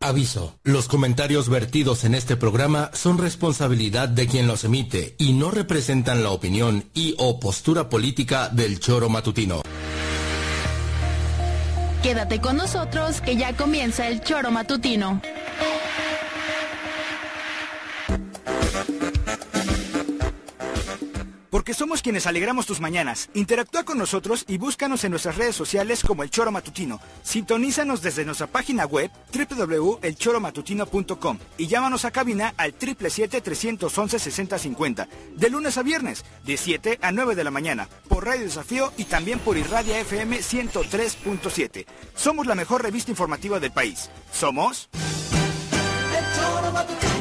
Aviso, los comentarios vertidos en este programa son responsabilidad de quien los emite y no representan la opinión y o postura política del Choro Matutino. Quédate con nosotros que ya comienza el Choro Matutino. Porque somos quienes alegramos tus mañanas. Interactúa con nosotros y búscanos en nuestras redes sociales como El Choro Matutino. Sintonízanos desde nuestra página web www.elchoromatutino.com y llámanos a cabina al 777-311-6050. De lunes a viernes, de 7 a 9 de la mañana, por Radio Desafío y también por Irradia FM 103.7. Somos la mejor revista informativa del país. Somos... El Choro Matutino.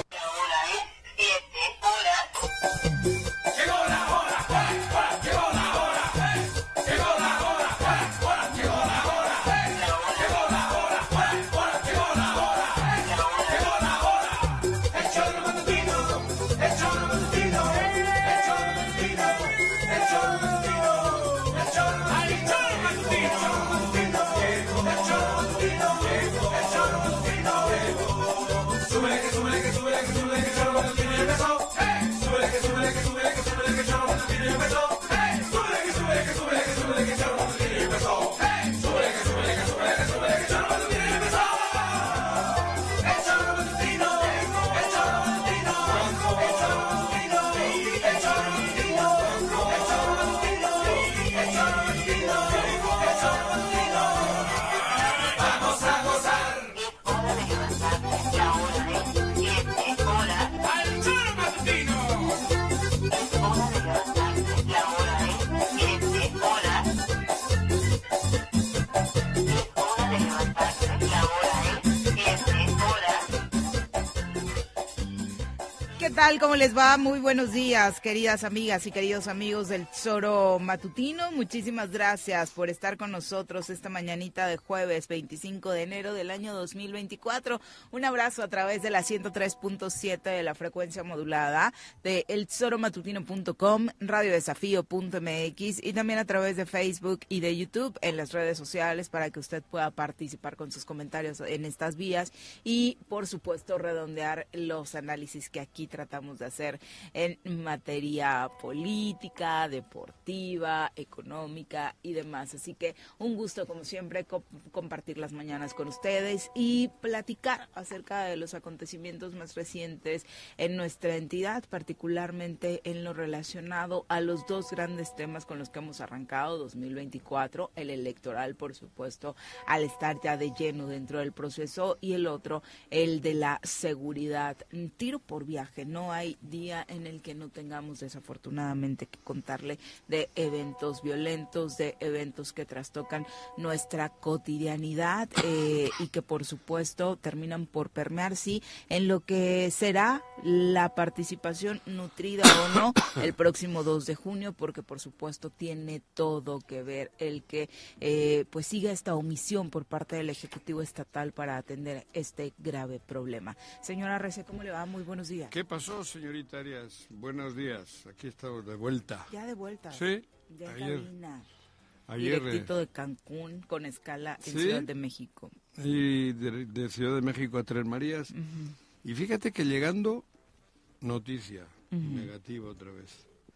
¿Qué tal? ¿Cómo les va? Muy buenos días, queridas amigas y queridos amigos del Choro Matutino. Muchísimas gracias por estar con nosotros esta mañanita de jueves 25 de enero del año 2024. Un abrazo a través de la 103.7 de la frecuencia modulada de elchoromatutino.com, radiodesafío.mx y también a través de Facebook y de YouTube en las redes sociales para que usted pueda participar con sus comentarios en estas vías y, por supuesto, redondear los análisis que aquí tratamos de hacer en materia política, deportiva, económica y demás. Así que un gusto, como siempre, compartir las mañanas con ustedes y platicar acerca de los acontecimientos más recientes en nuestra entidad, particularmente en lo relacionado a los dos grandes temas con los que hemos arrancado 2024, el electoral, por supuesto, al estar ya de lleno dentro del proceso, y el otro, el de la seguridad. Tiro por viaje. No hay día en el que no tengamos desafortunadamente que contarle de eventos violentos, de eventos que trastocan nuestra cotidianidad y que por supuesto terminan por permear, sí, en lo que será la participación nutrida o no el próximo 2 de junio, porque por supuesto tiene todo que ver el que pues siga esta omisión por parte del Ejecutivo Estatal para atender este grave problema. Señora Rece, ¿cómo le va? Muy buenos días. ¿Qué pasó, señorita Arias? Buenos días, aquí estamos de vuelta. Ya de vuelta. Sí. Ya ayer, cabina. Ayer. Directito de Cancún con escala en ¿sí? Ciudad de México. Y de Ciudad de México a Tres Marías. Y fíjate que llegando, noticia negativa otra vez.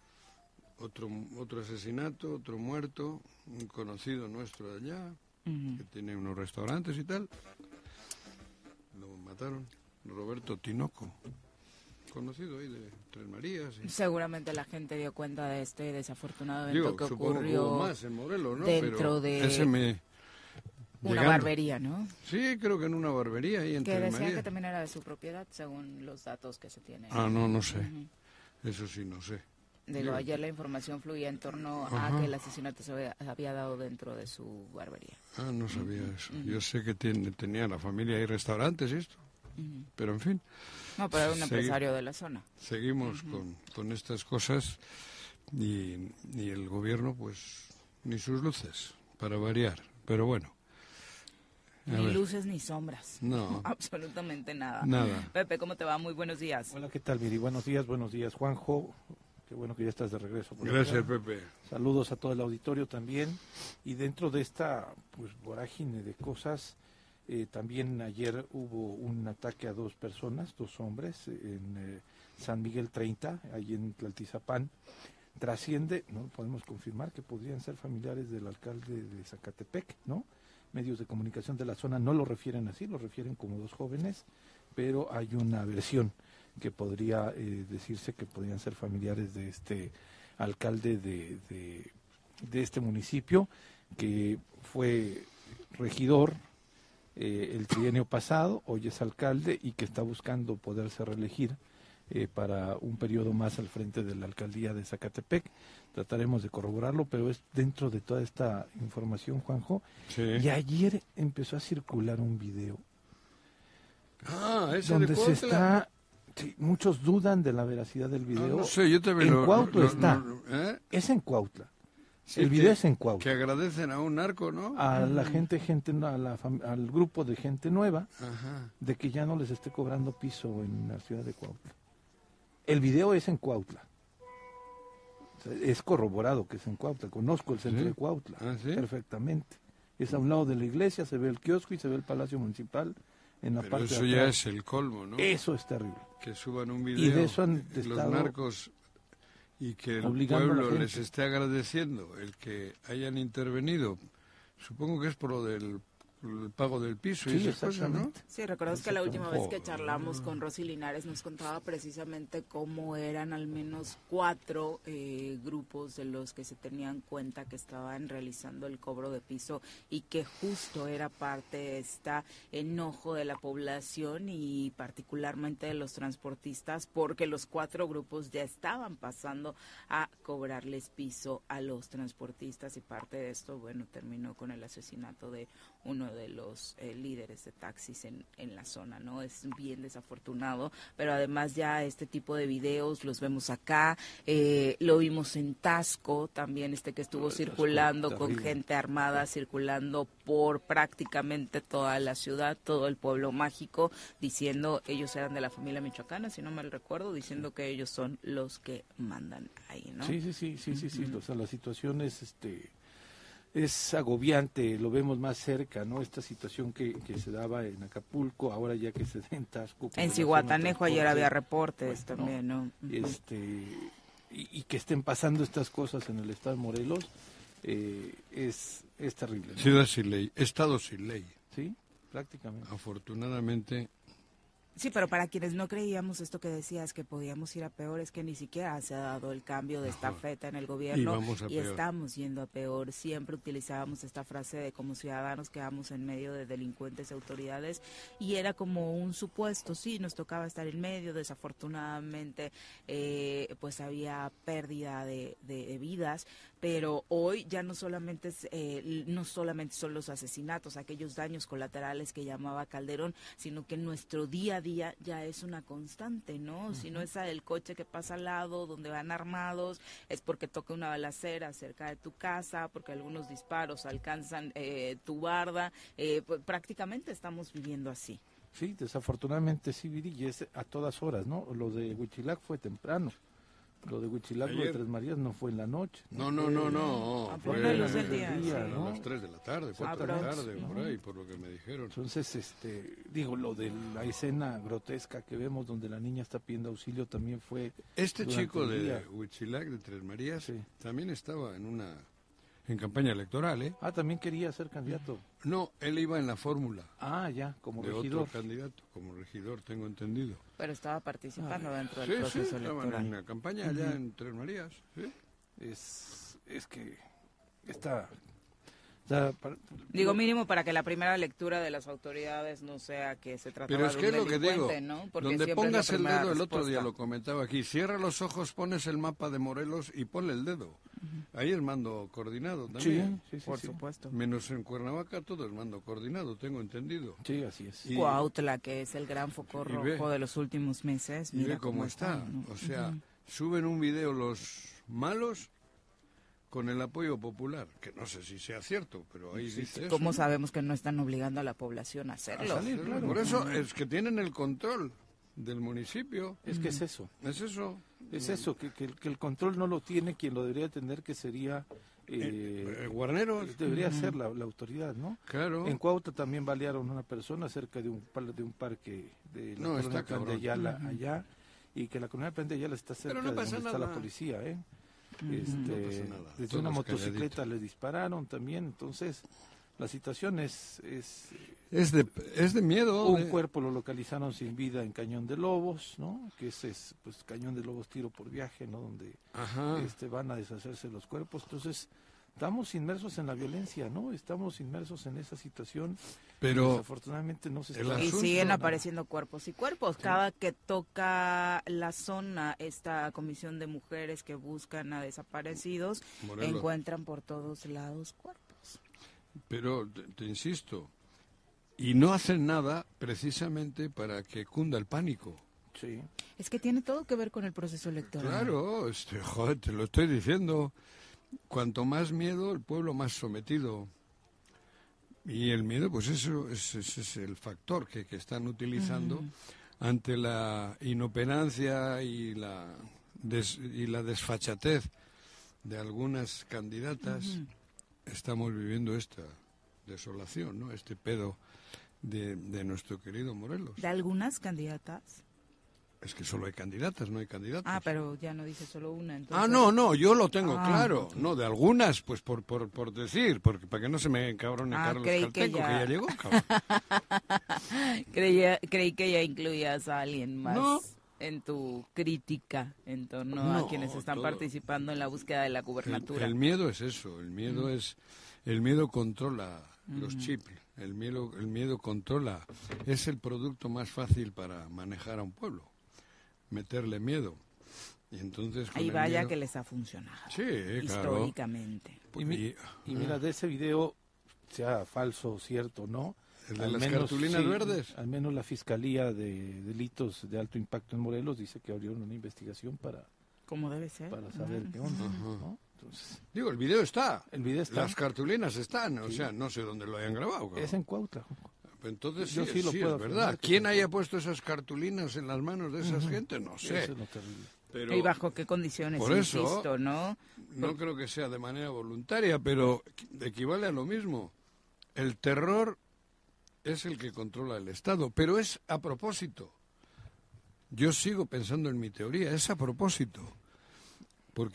Otro asesinato, otro muerto, un conocido nuestro de allá, que tiene unos restaurantes y tal. Lo mataron, Roberto Tinoco. Conocido ahí de Tres Marías. ¿Sí? Seguramente la gente dio cuenta de este desafortunado evento que supongo ocurrió que hubo más en Morelos, ¿no? dentro pero de una barbería, ¿no? Sí, creo que en una barbería ahí en que Tres decían Marías. que también era de su propiedad, según los datos que se tienen. No sé. Eso sí, no sé. Digo, ayer la información fluía en torno a que el asesinato se había dado dentro de su barbería. No sabía eso. Yo sé que tenía la familia ahí restaurantes y esto. Pero en fin. No, pero era un empresario de la zona. Seguimos con estas cosas y el gobierno, pues, ni sus luces, para variar. Pero bueno. Ni luces ni sombras. No. Absolutamente nada. Nada. Pepe, ¿cómo te va? Muy buenos días. Hola, ¿qué tal, Miri? Buenos días, Juanjo. Qué bueno que ya estás de regreso. Gracias, Pepe. Saludos a todo el auditorio también. Y dentro de esta pues vorágine de cosas, También ayer hubo un ataque a 2 personas, 2 hombres, en San Miguel 30, ahí en Tlaltizapán. Trasciende, no podemos confirmar que podrían ser familiares del alcalde de Zacatepec, ¿no? Medios de comunicación de la zona no lo refieren así, lo refieren como 2 jóvenes, pero hay una versión que podría decirse que podrían ser familiares de este alcalde de este municipio, que fue regidor el trienio pasado, hoy es alcalde y que está buscando poderse reelegir para un periodo más al frente de la alcaldía de Zacatepec. Trataremos de corroborarlo, pero es dentro de toda esta información, Juanjo. Sí. Y ayer empezó a circular un video Ese donde de se Cuautla. está... Sí, muchos dudan de la veracidad del video. No sé, yo también en Cuautla está. ¿eh? Es en Cuautla. Sí, el video que- es en Cuautla. Que agradecen a un narco, ¿no? A la gente al grupo de gente nueva, Ajá. de que ya no les esté cobrando piso en la ciudad de Cuautla. El video es en Cuautla. O sea, es corroborado que es en Cuautla. Conozco el centro ¿Sí? de Cuautla ¿Sí? perfectamente. Es a un lado de la iglesia, se ve el kiosco y se ve el Palacio Municipal en la Pero parte eso de ya atrás. es el colmo, ¿no? Eso es terrible. Que suban un video Y de eso han los estado narcos y que el obligando a la pueblo les gente. esté agradeciendo el que hayan intervenido. Supongo que es por lo del el pago del piso y Sí, esas cosas, ¿no? exactamente. Sí, recuerdas que la última vez que Joder. charlamos con Rosy Linares nos contaba precisamente cómo eran al menos 4 grupos de los que se tenían cuenta que estaban realizando el cobro de piso y que justo era parte de este enojo de la población y particularmente de los transportistas porque los 4 grupos ya estaban pasando a cobrarles piso a los transportistas y parte de esto, bueno, terminó con el asesinato de uno de los líderes de taxis en la zona, ¿no? Es bien desafortunado, pero además ya este tipo de videos los vemos acá, lo vimos en Tasco, también que estuvo circulando con terrible. gente armada, circulando por prácticamente toda la ciudad, todo el pueblo mágico, diciendo, ellos eran de la familia michoacana, si no mal recuerdo, diciendo que ellos son los que mandan ahí, ¿no? Sí. O sea, la situación es agobiante, lo vemos más cerca, ¿no? Esta situación que se daba en Acapulco, ahora ya que se da en Tasco. con En relación Zihuatanejo al ayer transporte, había reportes pues, también, ¿no? Ujú. Y que estén pasando estas cosas en el estado de Morelos, es terrible, ¿no? Ciudad sin ley, estado sin ley. Sí, prácticamente. Afortunadamente, Sí, pero para quienes no creíamos esto que decías, que podíamos ir a peor, es que ni siquiera se ha dado el cambio de estafeta en el gobierno Y vamos a peor. estamos yendo a peor. Siempre utilizábamos esta frase de como ciudadanos quedamos en medio de delincuentes y autoridades y era como un supuesto, sí, nos tocaba estar en medio, desafortunadamente pues había pérdida de vidas, pero hoy ya no solamente son los asesinatos, aquellos daños colaterales que llamaba Calderón, sino que nuestro día a día ya es una constante, ¿no? Si no es el coche que pasa al lado, donde van armados, es porque toca una balacera cerca de tu casa, porque algunos disparos alcanzan tu barda, pues prácticamente estamos viviendo así. Sí, desafortunadamente sí, Viri, y es a todas horas, ¿no? Lo de Huitzilac fue temprano. Lo de Huitzilac, lo de Ayer. Tres Marías no fue en la noche. no. A Fue ponerlos del día, sí. a ¿no? las 3 de la tarde, 4 de la Aprox. tarde, por ahí, por lo que me dijeron. Entonces, digo, lo de la escena grotesca que vemos donde la niña está pidiendo auxilio también fue... Este durante chico el de día. Huitzilac, de Tres Marías, Sí. también estaba en campaña electoral, ¿eh? Ah, también quería ser candidato. No, él iba en la fórmula Ah, ya, como de regidor. otro candidato, como regidor, tengo entendido. Pero estaba participando dentro del Sí, sí, proceso estaban electoral. en la campaña allá en Tres Marías, ¿sí? Es que está... está Digo, mínimo para que la primera lectura de las autoridades no sea que se trataba Pero es de que un es lo que digo, delincuente, ¿no? Porque donde siempre es la pongas el primera dedo, el otro día respuesta. lo comentaba aquí, cierra los ojos, pones el mapa de Morelos y ponle el dedo. Ahí es mando coordinado también. Sí, Por supuesto. Menos en Cuernavaca todo es mando coordinado, tengo entendido. Sí, así es. Y- Cuautla, que es el gran foco y ve- rojo de los últimos meses, Y mira ve cómo está. ¿no? O sea, suben un video los malos con el apoyo popular, que no sé si sea cierto, pero ahí dice eso. ¿Cómo sabemos que no están obligando a la población a A hacerlo? salir, claro. Por eso es que tienen el control del municipio. Es que es eso. Es eso. Es eso, que el control no lo tiene quien lo debería tener, que sería Guarneros. Debería ser la autoridad, ¿no? Claro. En Cuautla también balearon a una persona cerca de un parque de la colonia Plan de Ayala allá, y que la colonia Plan de Ayala está cerca de donde está la policía, ¿eh? No pasa nada. Desde una motocicleta le dispararon también, entonces la situación es de miedo. Un cuerpo lo localizaron sin vida en Cañón de Lobos, ¿no? Que es pues Cañón de Lobos tiro por viaje, ¿no? Donde van a deshacerse los cuerpos. Entonces, estamos inmersos en la violencia, ¿no? Estamos inmersos en esa situación. Pero desafortunadamente no se está... Y siguen apareciendo cuerpos y cuerpos. Sí. Cada que toca la zona, esta comisión de mujeres que buscan a desaparecidos, encuentran por todos lados cuerpos. Pero te insisto, y no hacen nada precisamente para que cunda el pánico. Sí. Es que tiene todo que ver con el proceso electoral. Claro, joder, te lo estoy diciendo. Cuanto más miedo, el pueblo más sometido. Y el miedo, pues eso es el factor que están utilizando ante la inoperancia y la desfachatez de algunas candidatas. Estamos viviendo esta desolación, ¿no? Este pedo de nuestro querido Morelos. ¿De algunas candidatas? Es que solo hay candidatas, no hay candidatos. Ah, pero ya no dice solo una, entonces... No, yo lo tengo claro. No, de algunas, pues por decir, porque para que no se me encabrone Carlos Caltenco, que ya llegó, cabrón. Creí que ya incluías a alguien más en tu crítica en torno a quienes están participando en la búsqueda de la gubernatura. El miedo es eso, el miedo controla los chips, el miedo controla, es el producto más fácil para manejar a un pueblo. Meterle miedo. Y entonces ahí vaya que les ha funcionado. Sí, históricamente. Claro. Y mira, de ese video, sea falso o cierto, ¿no? El de las cartulinas verdes. Al menos la Fiscalía de Delitos de Alto Impacto en Morelos dice que abrieron una investigación para... Como debe ser. Para saber qué onda, ¿no? Entonces, digo, el video está. Las cartulinas están, o sea, no sé dónde lo hayan grabado. Claro. Es en Cuautla. Entonces sí lo puedo, es verdad. ¿Quién haya puesto esas cartulinas en las manos de esa gente? No sé. Eso es lo terrible. Pero, ¿y bajo qué condiciones? Por eso, insisto, ¿no? No creo que sea de manera voluntaria, pero equivale a lo mismo. El terror es el que controla el Estado, pero es a propósito. Yo sigo pensando en mi teoría, es a propósito. Porque,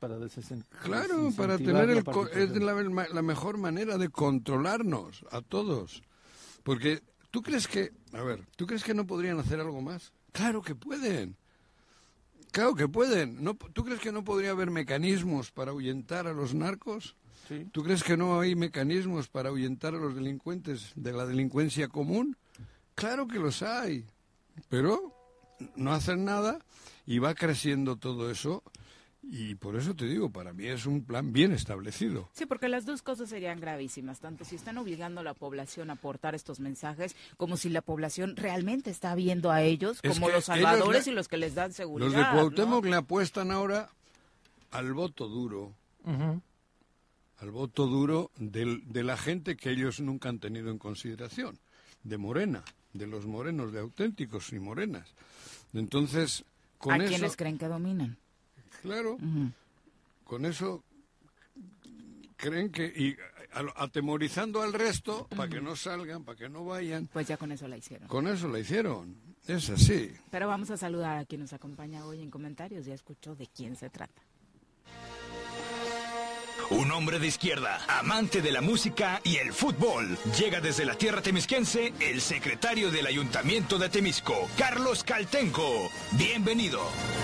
claro, para tener es la mejor manera de controlarnos a todos. Porque ¿tú crees que no podrían hacer algo más? Claro que pueden. Claro que pueden. ¿Tú crees que no podría haber mecanismos para ahuyentar a los narcos? Sí. ¿Tú crees que no hay mecanismos para ahuyentar a los delincuentes de la delincuencia común? Claro que los hay. Pero no hacen nada y va creciendo todo eso. Y por eso te digo, para mí es un plan bien establecido. Sí, porque las dos cosas serían gravísimas, tanto si están obligando a la población a aportar estos mensajes, como si la población realmente está viendo a ellos como los salvadores y los que les dan seguridad. Los de Cuauhtémoc le apuestan ahora al voto duro, al voto duro de la gente que ellos nunca han tenido en consideración, de Morena, de los morenos, de auténticos y morenas. Entonces, con eso... quienes creen que dominan. Claro, con eso creen que, y atemorizando al resto para que no salgan, para que no vayan. Pues ya con eso la hicieron. Con eso la hicieron, es así. Pero vamos a saludar a quien nos acompaña hoy en comentarios, ya escuchó de quién se trata. Un hombre de izquierda, amante de la música y el fútbol. Llega desde la tierra temisquense el secretario del Ayuntamiento de Temisco, Carlos Caltenco. Bienvenido.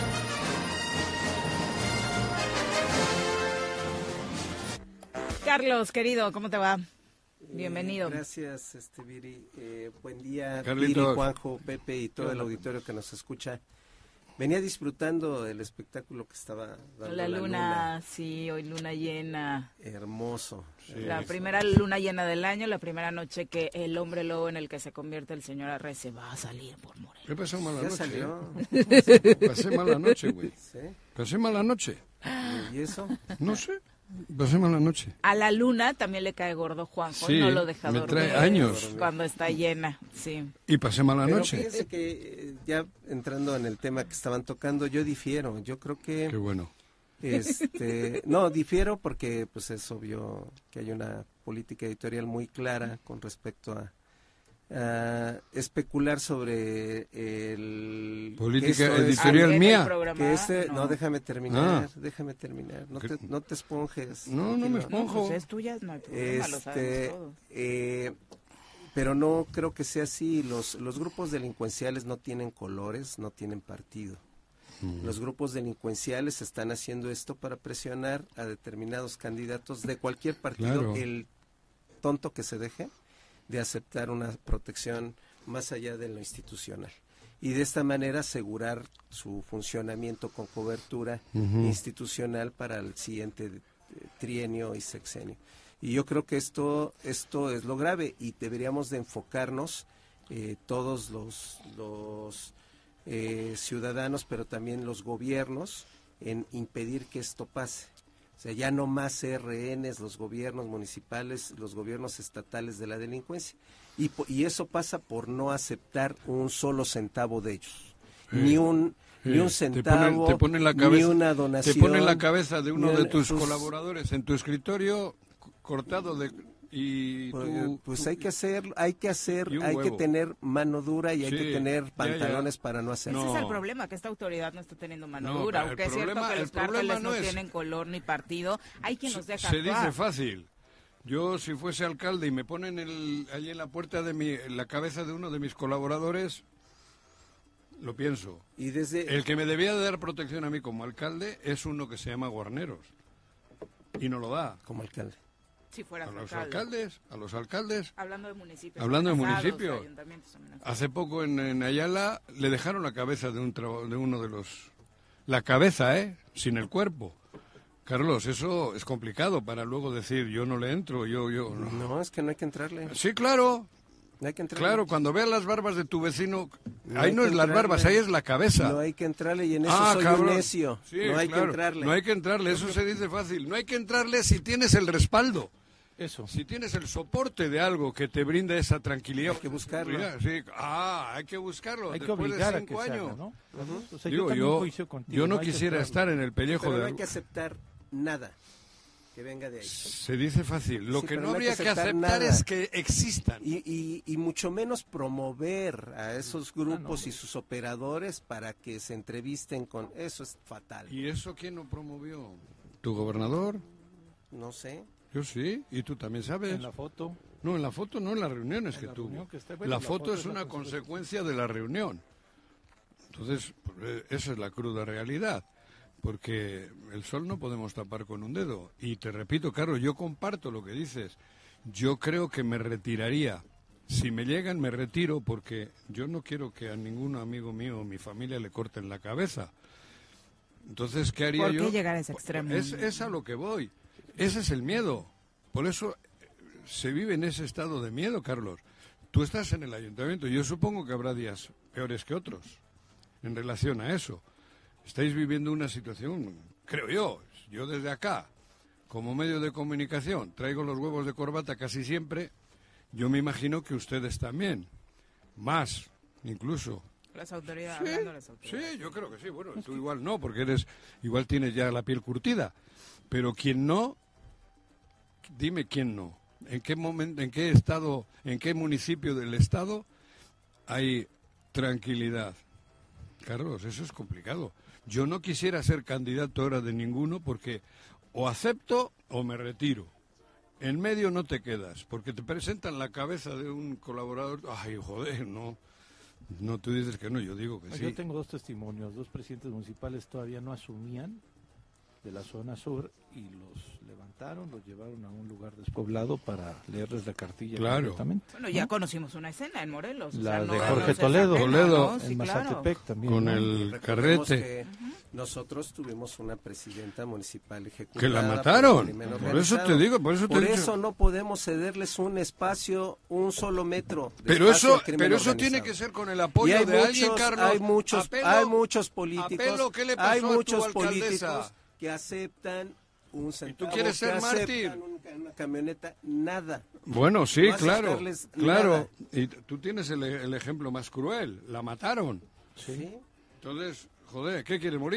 Carlos, querido, ¿cómo te va? Bienvenido. Gracias, Viri. Buen día, Carlitos. Viri, Juanjo, Pepe y todo el auditorio que nos escucha. Venía disfrutando del espectáculo que estaba dando la luna. Sí, hoy luna llena. Hermoso. Sí. La primera luna llena del año, la primera noche que el hombre lobo en el que se convierte el señor Arrece se va a salir por Morelos. Me pasó mala noche. Salió. Pasé mala noche, güey. ¿Sí? Pasé mala noche. ¿Y eso? No sé. Pasé mala noche. A la luna también le cae gordo Juanjo, Sí, no lo deja me dormir. trae años. Cuando está llena, sí. Y pasé mala Pero noche. fíjense que ya entrando en el tema que estaban tocando, yo difiero. Yo creo que Qué bueno. No, difiero porque pues es obvio que hay una política editorial muy clara con respecto a especular sobre el política editorial mía. No, déjame terminar. No te esponjes. No me esponjo. Pues es tuya, no hay problema, lo sabemos todos. Pero no creo que sea así. Los grupos delincuenciales no tienen colores, no tienen partido. Los grupos delincuenciales están haciendo esto para presionar a determinados candidatos de cualquier partido, claro. El tonto que se deje de aceptar una protección más allá de lo institucional. Y de esta manera asegurar su funcionamiento con cobertura institucional para el siguiente trienio y sexenio. Y yo creo que esto es lo grave y deberíamos de enfocarnos todos los ciudadanos, pero también los gobiernos, en impedir que esto pase. O sea, ya no más rehenes los gobiernos municipales, los gobiernos estatales de la delincuencia. Y eso pasa por no aceptar un solo centavo de ellos. Ni un centavo, te ponen la cabeza, ni una donación. Te ponen la cabeza de uno de tus colaboradores en tu escritorio cortado pues hay que tener mano dura y hay que tener pantalones para no hacerlo. Ese es el problema, que esta autoridad no está teniendo mano dura, aunque es cierto que los cárteles no tienen color ni partido, hay quien los deja Se actuar. dice fácil. Yo, si fuese alcalde y me ponen allí en la puerta la cabeza de uno de mis colaboradores, lo pienso. El que me debía de dar protección a mí como alcalde es uno que se llama Guarneros y no lo da. Como alcalde. Si fuera a los alcaldes. Hablando de municipios. Hace poco en Ayala le dejaron la cabeza de uno de los... La cabeza, sin el cuerpo. Carlos, eso es complicado para luego decir, yo no le entro, yo... No, es que no hay que entrarle. Sí, claro. No hay que entrarle. Claro, cuando veas las barbas de tu vecino, ahí no es las barbas, ahí es la cabeza. No hay que entrarle y en eso soy un necio. Sí, no hay que entrarle. No hay que entrarle, eso se dice fácil. No hay que entrarle si tienes el respaldo. Eso. Si tienes el soporte de algo que te brinda esa tranquilidad. Hay que buscarlo. Sí. Hay que buscarlo. Hay que después obligar de 5 a que años. se haga, ¿no? O sea, Digo, yo no quisiera estar en el pellejo pero de... no hay que aceptar nada que venga de ahí. Se dice fácil. Lo que no habría que aceptar nada. es que existan. Y mucho menos promover a esos grupos y sus operadores para que se entrevisten con... Eso es fatal. ¿Y eso quién lo promovió? ¿Tu gobernador? No sé. Yo sí, y tú también sabes. En la foto. No, en la foto no, en las reuniones que tuvo. La foto es una consecuencia de la reunión. Entonces, esa es la cruda realidad. Porque el sol no podemos tapar con un dedo. Y te repito, Carlos, yo comparto lo que dices. Yo creo que me retiraría. Si me llegan, me retiro porque yo no quiero que a ningún amigo mío o mi familia le corten la cabeza. Entonces, ¿qué haría yo? ¿Por qué llegar a ese extremo? Es a lo que voy. Ese es el miedo. Por eso se vive en ese estado de miedo, Carlos. Tú estás en el ayuntamiento. Yo supongo que habrá días peores que otros en relación a eso. Estáis viviendo una situación, creo yo desde acá, como medio de comunicación, traigo los huevos de corbata casi siempre. Yo me imagino que ustedes también. Más, incluso. Las autoridades, Sí, yo creo que sí. Bueno, tú igual no, porque igual tienes ya la piel curtida. Pero quien no, dime quién no. ¿En qué momento, en qué estado, en qué municipio del estado hay tranquilidad? Carlos, eso es complicado. Yo no quisiera ser candidato ahora de ninguno porque o acepto o me retiro. En medio no te quedas, porque te presentan la cabeza de un colaborador. Ay, joder, no. No, tú dices que no, yo digo que sí. Yo tengo 2 testimonios. 2 presidentes municipales todavía no asumían de la zona sur y los levantaron, los llevaron a un lugar despoblado para leerles la cartilla. Claro. Bueno, ya conocimos una escena en Morelos. La de Jorge Toledo. ¿no? En Mazatepec también. Con el carrete. Nosotros tuvimos una presidenta municipal ejecutada. Que la mataron. Por eso te digo, por eso no podemos cederles un espacio, un solo metro. Pero eso tiene que ser con el apoyo de alguien, Carlos. Hay muchos políticos. ¿Qué le pasó hay a tu muchos alcaldesa? políticos que aceptan un centavo. ¿Y tú quieres ser mártir? Una camioneta, nada. Bueno, sí, no claro. Nada. Y tú tienes el ejemplo más cruel. La mataron. Sí. Entonces, joder, ¿qué quiere morir?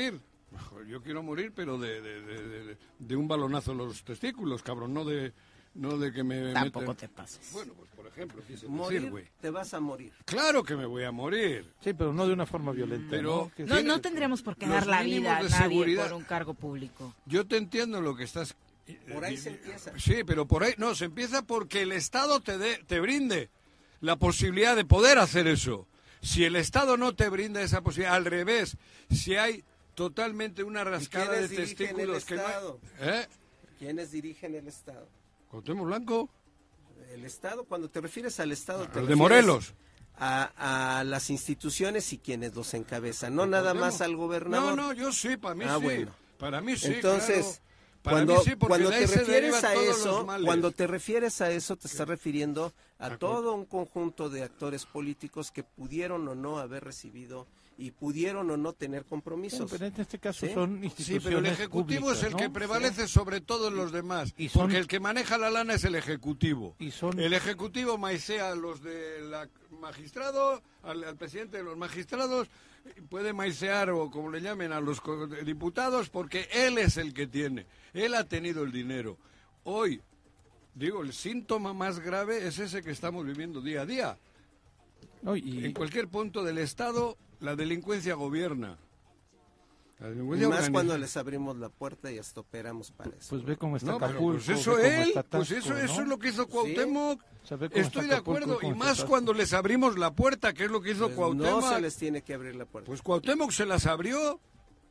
Yo quiero morir, pero de un balonazo en los testículos, cabrón, no de que me Tampoco te pases. Bueno, pues por ejemplo, morir, güey. Te vas a morir. Claro que me voy a morir. Sí, pero no de una forma violenta. Pero no tendríamos por qué dar la vida a nadie por un cargo público. Yo te entiendo lo que estás... Por ahí se empieza. Sí, pero por ahí no, se empieza porque el Estado te brinde la posibilidad de poder hacer eso. Si el Estado no te brinda esa posibilidad, al revés, si hay totalmente una rascada de testículos que no... ¿Quiénes dirigen el Estado? Cuauhtémoc Blanco. El Estado, cuando te refieres al Estado... El de Morelos. A las instituciones y quienes los encabezan, no nada más al gobernador. No, yo sí, para mí sí. Bueno. Para mí sí, entonces, claro. Cuando te refieres a eso, te estás refiriendo a todo un conjunto de actores políticos que pudieron o no haber recibido y pudieron o no tener compromisos. Pero en este caso son instituciones. Sí, pero el Ejecutivo públicas, es el que prevalece sobre todos los demás, porque el que maneja la lana es el Ejecutivo. El Ejecutivo maicea a los del magistrado, al presidente de los magistrados, puede maicear o como le llamen a los diputados, porque él es el que tiene. Él ha tenido el dinero. Hoy, el síntoma más grave es ese que estamos viviendo día a día. En cualquier punto del Estado, la delincuencia gobierna. La delincuencia y más organiza. cuando les abrimos la puerta y hasta operamos para eso. Pues ve cómo está Acapulco. Pues eso es lo que hizo Cuauhtémoc. ¿Sí? Estoy de acuerdo, y más cuando les abrimos la puerta, que es lo que hizo Cuauhtémoc. No se les tiene que abrir la puerta. Pues Cuauhtémoc se las abrió.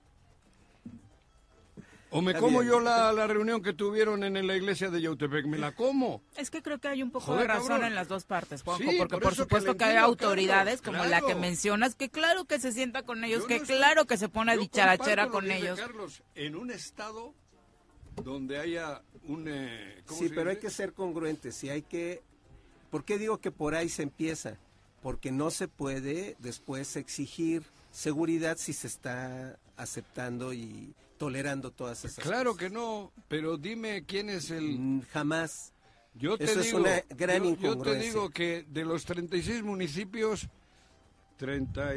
¿O me como yo la reunión que tuvieron en la iglesia de Yautepec? ¿Me la como? Es que creo que hay un poco de razón, cabrón, en las dos partes, Juanjo, sí, porque por supuesto que hay autoridades como la que mencionas, que claro que se sienta con ellos, claro que se pone a dicharachera con ellos. Carlos, en un estado donde haya un... sí, pero hay que ser congruentes y hay que... ¿Por qué digo que por ahí se empieza? Porque no se puede después exigir seguridad si se está aceptando y tolerando todas esas Claro cosas. Que no, pero dime quién es el... Jamás. Yo te Eso digo, es una gran incongruencia. Yo te digo que de los 36 municipios, 30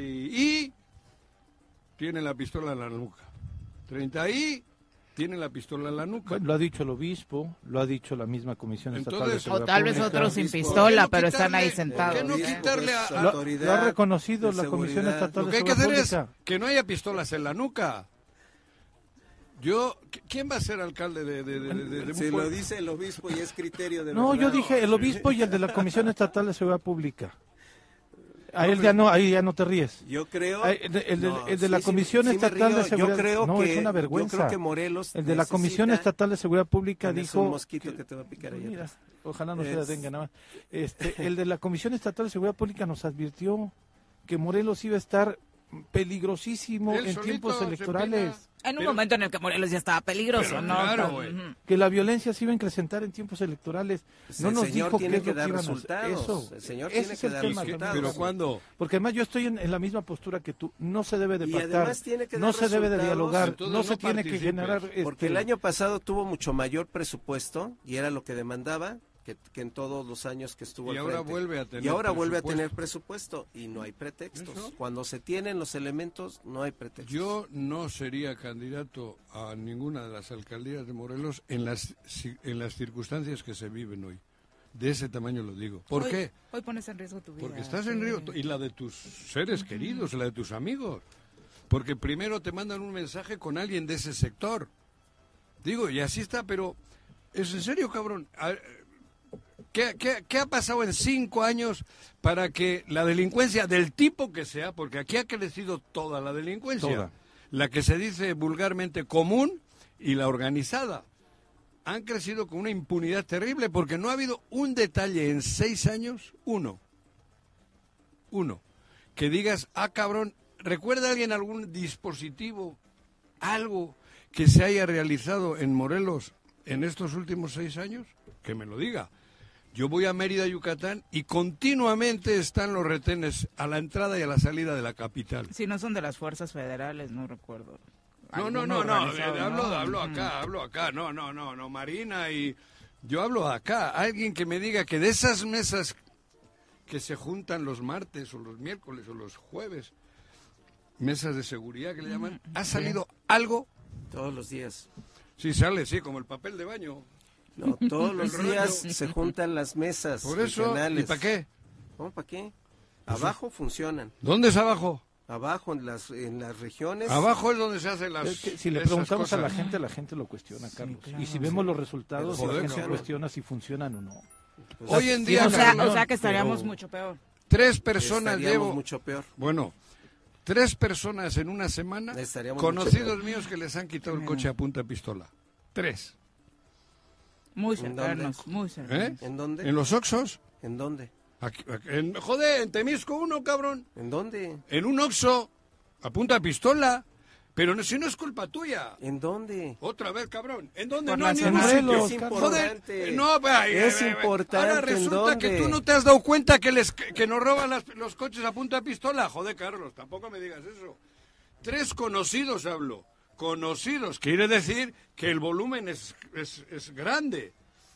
tienen la pistola en la nuca. 30 tienen la pistola en la nuca. Bueno, lo ha dicho el obispo, lo ha dicho la misma Comisión Estatal de Seguridad O tal vez otros sin pistola, pero están ahí sentados. ¿Por qué no quitarle lo ha reconocido la Comisión Estatal de Seguridad Pública? Lo que hay que hacer es que no haya pistolas en la nuca. ¿Quién va a ser alcalde de Se lo dice el obispo y es criterio de... No, yo dije el obispo y el de la Comisión Estatal de Seguridad Pública. Ahí ya no te ríes. Yo creo... El de la Comisión Estatal de Seguridad... es una vergüenza. Yo creo que Morelos el de la Comisión Estatal de Seguridad Pública dijo... un mosquito que te va a picar allá. Mira, ojalá no se detenga nada más. El de la Comisión Estatal de Seguridad Pública nos advirtió que Morelos iba a estar peligrosísimo en tiempos electorales. En un momento en el que Morelos ya estaba peligroso, pero ¿no? Claro, que la violencia se iba a incrementar en tiempos electorales. Pues no nos dijo tiene que dar iban resultados. eso. El señor Ese tiene es que el dar tema. resultados. ¿Pero cuándo? Porque además yo estoy en la misma postura que tú. No se debe de Y pactar, además tiene que no dar se debe de resultados. dialogar, Entonces no se no tiene que participes. generar... Porque el año pasado tuvo mucho mayor presupuesto y era lo que demandaba que en todos los años que estuvo Y al ahora frente. vuelve a tener Y ahora vuelve a presupuesto. tener presupuesto y no hay pretextos. ¿Eso? Cuando se tienen los elementos, no hay pretextos. Yo no sería candidato a ninguna de las alcaldías de Morelos en las circunstancias que se viven hoy. De ese tamaño lo digo. ¿Por qué? Hoy pones en riesgo tu vida. Porque estás en riesgo, y la de tus seres queridos, la de tus amigos. Porque primero te mandan un mensaje con alguien de ese sector. Digo, y así está, pero ¿es en serio, cabrón? ¿Qué ha pasado en 5 años para que la delincuencia del tipo que sea, porque aquí ha crecido toda la delincuencia, Toda. la que se dice vulgarmente común y la organizada, han crecido con una impunidad terrible porque no ha habido un detalle en 6 años, uno, que digas, cabrón, ¿recuerda alguien algún dispositivo, algo que se haya realizado en Morelos en estos últimos 6 años? Que me lo diga. Yo voy a Mérida, Yucatán, y continuamente están los retenes a la entrada y a la salida de la capital. Si no son de las fuerzas federales, no recuerdo. No, hablo acá, no, Marina, y yo hablo acá. Alguien que me diga que de esas mesas que se juntan los martes o los miércoles o los jueves, mesas de seguridad que le llaman, ha salido algo? Todos los días. Sí, sale, sí, como el papel de baño. No, todos los días se juntan las mesas. Por eso, ¿y para qué? ¿Cómo para qué? Abajo funcionan. ¿Dónde es abajo? Abajo, en las regiones. Abajo es donde se hacen las Si le preguntamos a la gente lo cuestiona, Carlos. claro. Y si vemos los resultados, Pero, la gente joder, cuestiona si funcionan o no. Pues, Hoy en día, O sea Carlos, que estaríamos pero- mucho peor. 3 personas estaríamos llevo... mucho peor. Bueno, 3 personas en una semana, Estaríamos conocidos mucho míos que les han quitado el coche a punta de pistola. 3. Muy ¿En cercanos, dónde? muy cercanos. ¿Eh? ¿En dónde? ¿En los Oxxos? ¿En dónde? Joder, en Temisco 1, cabrón. ¿En dónde? En un Oxxo, a punta de pistola. Pero no, si no es culpa tuya. ¿En dónde? Otra vez, cabrón. ¿En dónde? Por No, la ni zona en un Morelos, sitio. Carlos. Joder, Importante. no, Es importante, Ahora ¿en resulta que dónde? tú no te has dado cuenta que nos roban los coches a punta de pistola. Joder, Carlos, tampoco me digas eso. 3 conocidos hablo. Conocidos, quiere decir que el volumen es grande.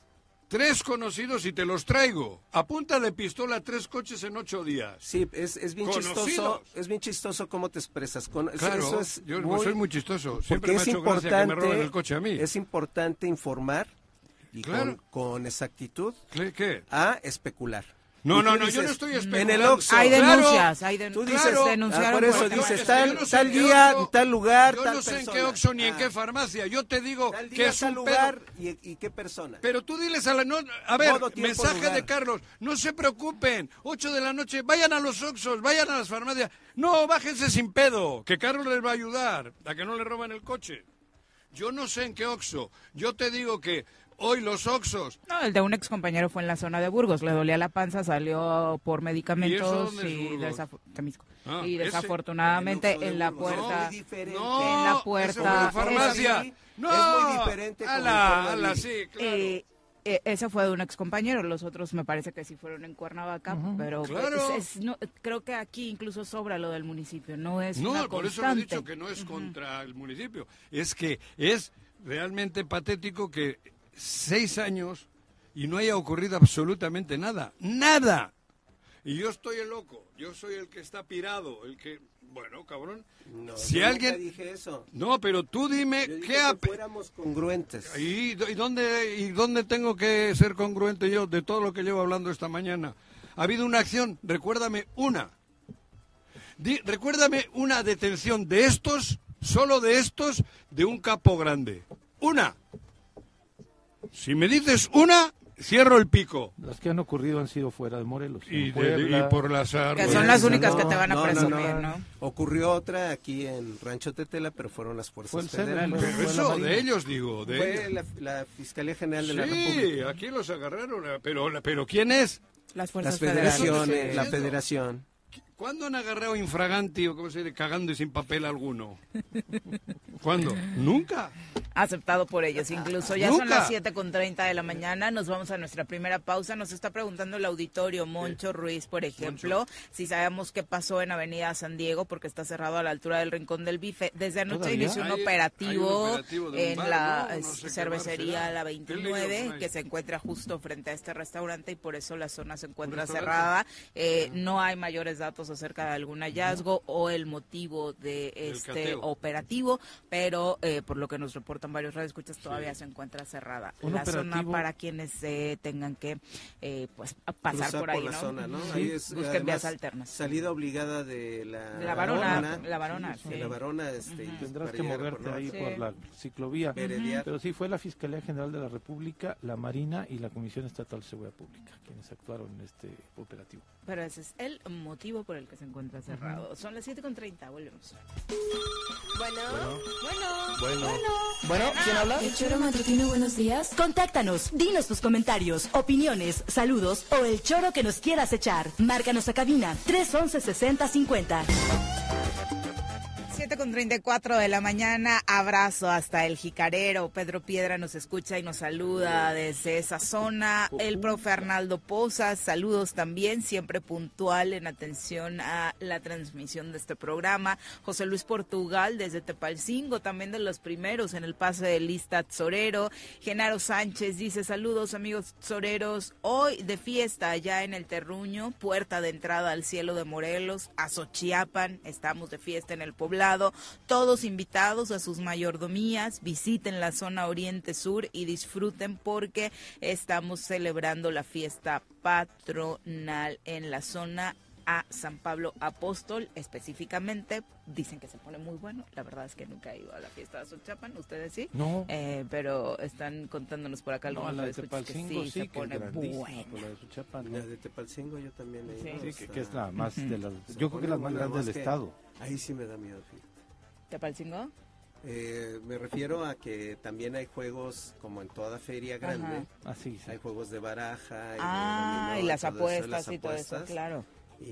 3 conocidos y te los traigo. A punta de pistola, 3 coches en 8 días. Sí, es bien Conocidos. chistoso. Es bien chistoso cómo te expresas. Claro, eso es yo soy muy chistoso. Siempre porque me ha es hecho gracia que me roben el coche a mí. Es importante informar y Claro. con exactitud ¿Qué? a especular. No, Y tú yo no dices, estoy En especulando. el Oxxo. Hay Claro. denuncias, Tú dices, Claro. denunciaron por eso el tema. dices Es que yo no sé tal en qué día, Oxxo- tal lugar, Yo tal no sé en qué persona. Oxxo ni en qué farmacia. Yo te digo Tal que día, es tal un lugar pedo. y qué persona. Pero tú diles a la... No, a ver, Modo, tiempo, mensaje lugar. de Carlos. No se preocupen. 8 de la noche, vayan a los Oxxos, vayan a las farmacias. No, bájense sin pedo, que Carlos les va a ayudar a que no le roban el coche. Yo no sé en qué Oxxo. Yo te digo que hoy los Oxxos... No, el de un ex compañero fue en la zona de Burgos, le dolía la panza, salió por medicamentos dónde es Burgos? Temisco. Ah, Y ese. desafortunadamente El Oxxo de en la Burgos. puerta, Muy diferente. No, en la ese puerta, fue de farmacia. sí, No, es muy diferente como ala, informa sí, claro. ese fue de un ex compañero, los otros me parece que sí fueron en Cuernavaca, pero Claro. no, creo que aquí incluso sobra lo del municipio, no es una No, por eso constante. le he dicho que no es contra el municipio. Es que es realmente patético que 6 años y no haya ocurrido absolutamente nada. ¡Nada! Y yo estoy el loco. Yo soy el que está pirado. El que... Bueno, cabrón. No, si yo alguien... nunca dije eso. No, pero tú dime Yo dije qué... que fuéramos congruentes. ¿Y dónde tengo que ser congruente yo de todo lo que llevo hablando esta mañana? ¿Ha habido una acción? Recuérdame una. Recuérdame una detención de estos, solo de estos, de un capo grande. Una. Si me dices una, cierro el pico. Las que han ocurrido han sido fuera de Morelos. en Y Puebla. por las armas. Que son las únicas No, que te van a no, presumir, ¿no? Ocurrió otra aquí en Rancho Tetela, pero fueron las Fue fuerzas el CEDE, federales. Pero fue la eso, Marina. de ellos digo. De Fue ellos. la Fiscalía General de la Sí, República. aquí los agarraron. Pero ¿quién es? Las fuerzas Las federales. federaciones, la Sí. federación. ¿Cuándo han agarrado infraganti o cómo se dice, cagando y sin papel alguno? ¿Cuándo? Nunca. Aceptado por ellos, incluso. Ya Nunca. son las 7:30 de la mañana, nos vamos a nuestra primera pausa. Nos está preguntando el auditorio Moncho Ruiz, por ejemplo, si sabemos qué pasó en Avenida San Diego, porque está cerrado a la altura del Rincón del Bife. Desde anoche ¿Todavía? inició un Hay operativo, un operativo de un en bar, la ¿no? No sé qué cervecería bar será. La ¿Qué líos 29, hay? que se encuentra justo frente a este restaurante y por eso la zona se encuentra restaurante? cerrada. No hay mayores datos acerca de algún hallazgo o el motivo de este cateo. operativo, pero por lo que nos reportan varios radioescuchas, todavía se encuentra cerrada Un la zona operativo. para quienes tengan que pues pasar Cruzar por ahí, la ¿no? zona, ¿no? Ujú. Ahí es, Busquen además, vías alternas. Salida obligada de La Varona, la Varona, sí, sí. La Varona, y Tendrás para que llegar moverte por ahí norte. Sí. por la ciclovía. Herediar. Pero sí fue la Fiscalía General de la República, la Marina y la Comisión Estatal de Seguridad Pública quienes actuaron en este operativo. Pero ese es el motivo por el que se encuentra cerrado. Son las 7:30, volvemos. Bueno, ¿quién habla? El Choro Matutino, buenos días. Contáctanos, dinos tus comentarios, opiniones, saludos o el choro que nos quieras echar. Márcanos a cabina 311-6050. 7:34 de la mañana, abrazo hasta el Jicarero. Pedro Piedra nos escucha y nos saluda desde esa zona. El profe Arnaldo Pozas, saludos también, siempre puntual en atención a la transmisión de este programa. José Luis Portugal desde Tepalcingo, también de los primeros en el pase de lista Tzorero. Genaro Sánchez dice, saludos amigos tzoreros, hoy de fiesta allá en el Terruño, puerta de entrada al cielo de Morelos, a Xochiapan, estamos de fiesta en el poblado. Estado. Todos invitados a sus mayordomías, visiten la zona Oriente Sur y disfruten porque estamos celebrando la fiesta patronal en la zona a San Pablo Apóstol específicamente. Dicen que se pone muy bueno. La verdad es que nunca he ido a la fiesta de Azochapan, ustedes sí. No. Pero están contándonos por acá algunos la de escuchas que Tepalcingo sí se pone buena. La de Azochapan, La de Tepalcingo yo también he ido. Sí, que es la más de las... Yo creo que es la más grande del estado. Ahí sí me da miedo, fíjate. ¿Tepalcingo? Me refiero a que también hay juegos como en toda feria grande. Sí. Hay juegos de baraja. Y las apuestas y todo eso, claro.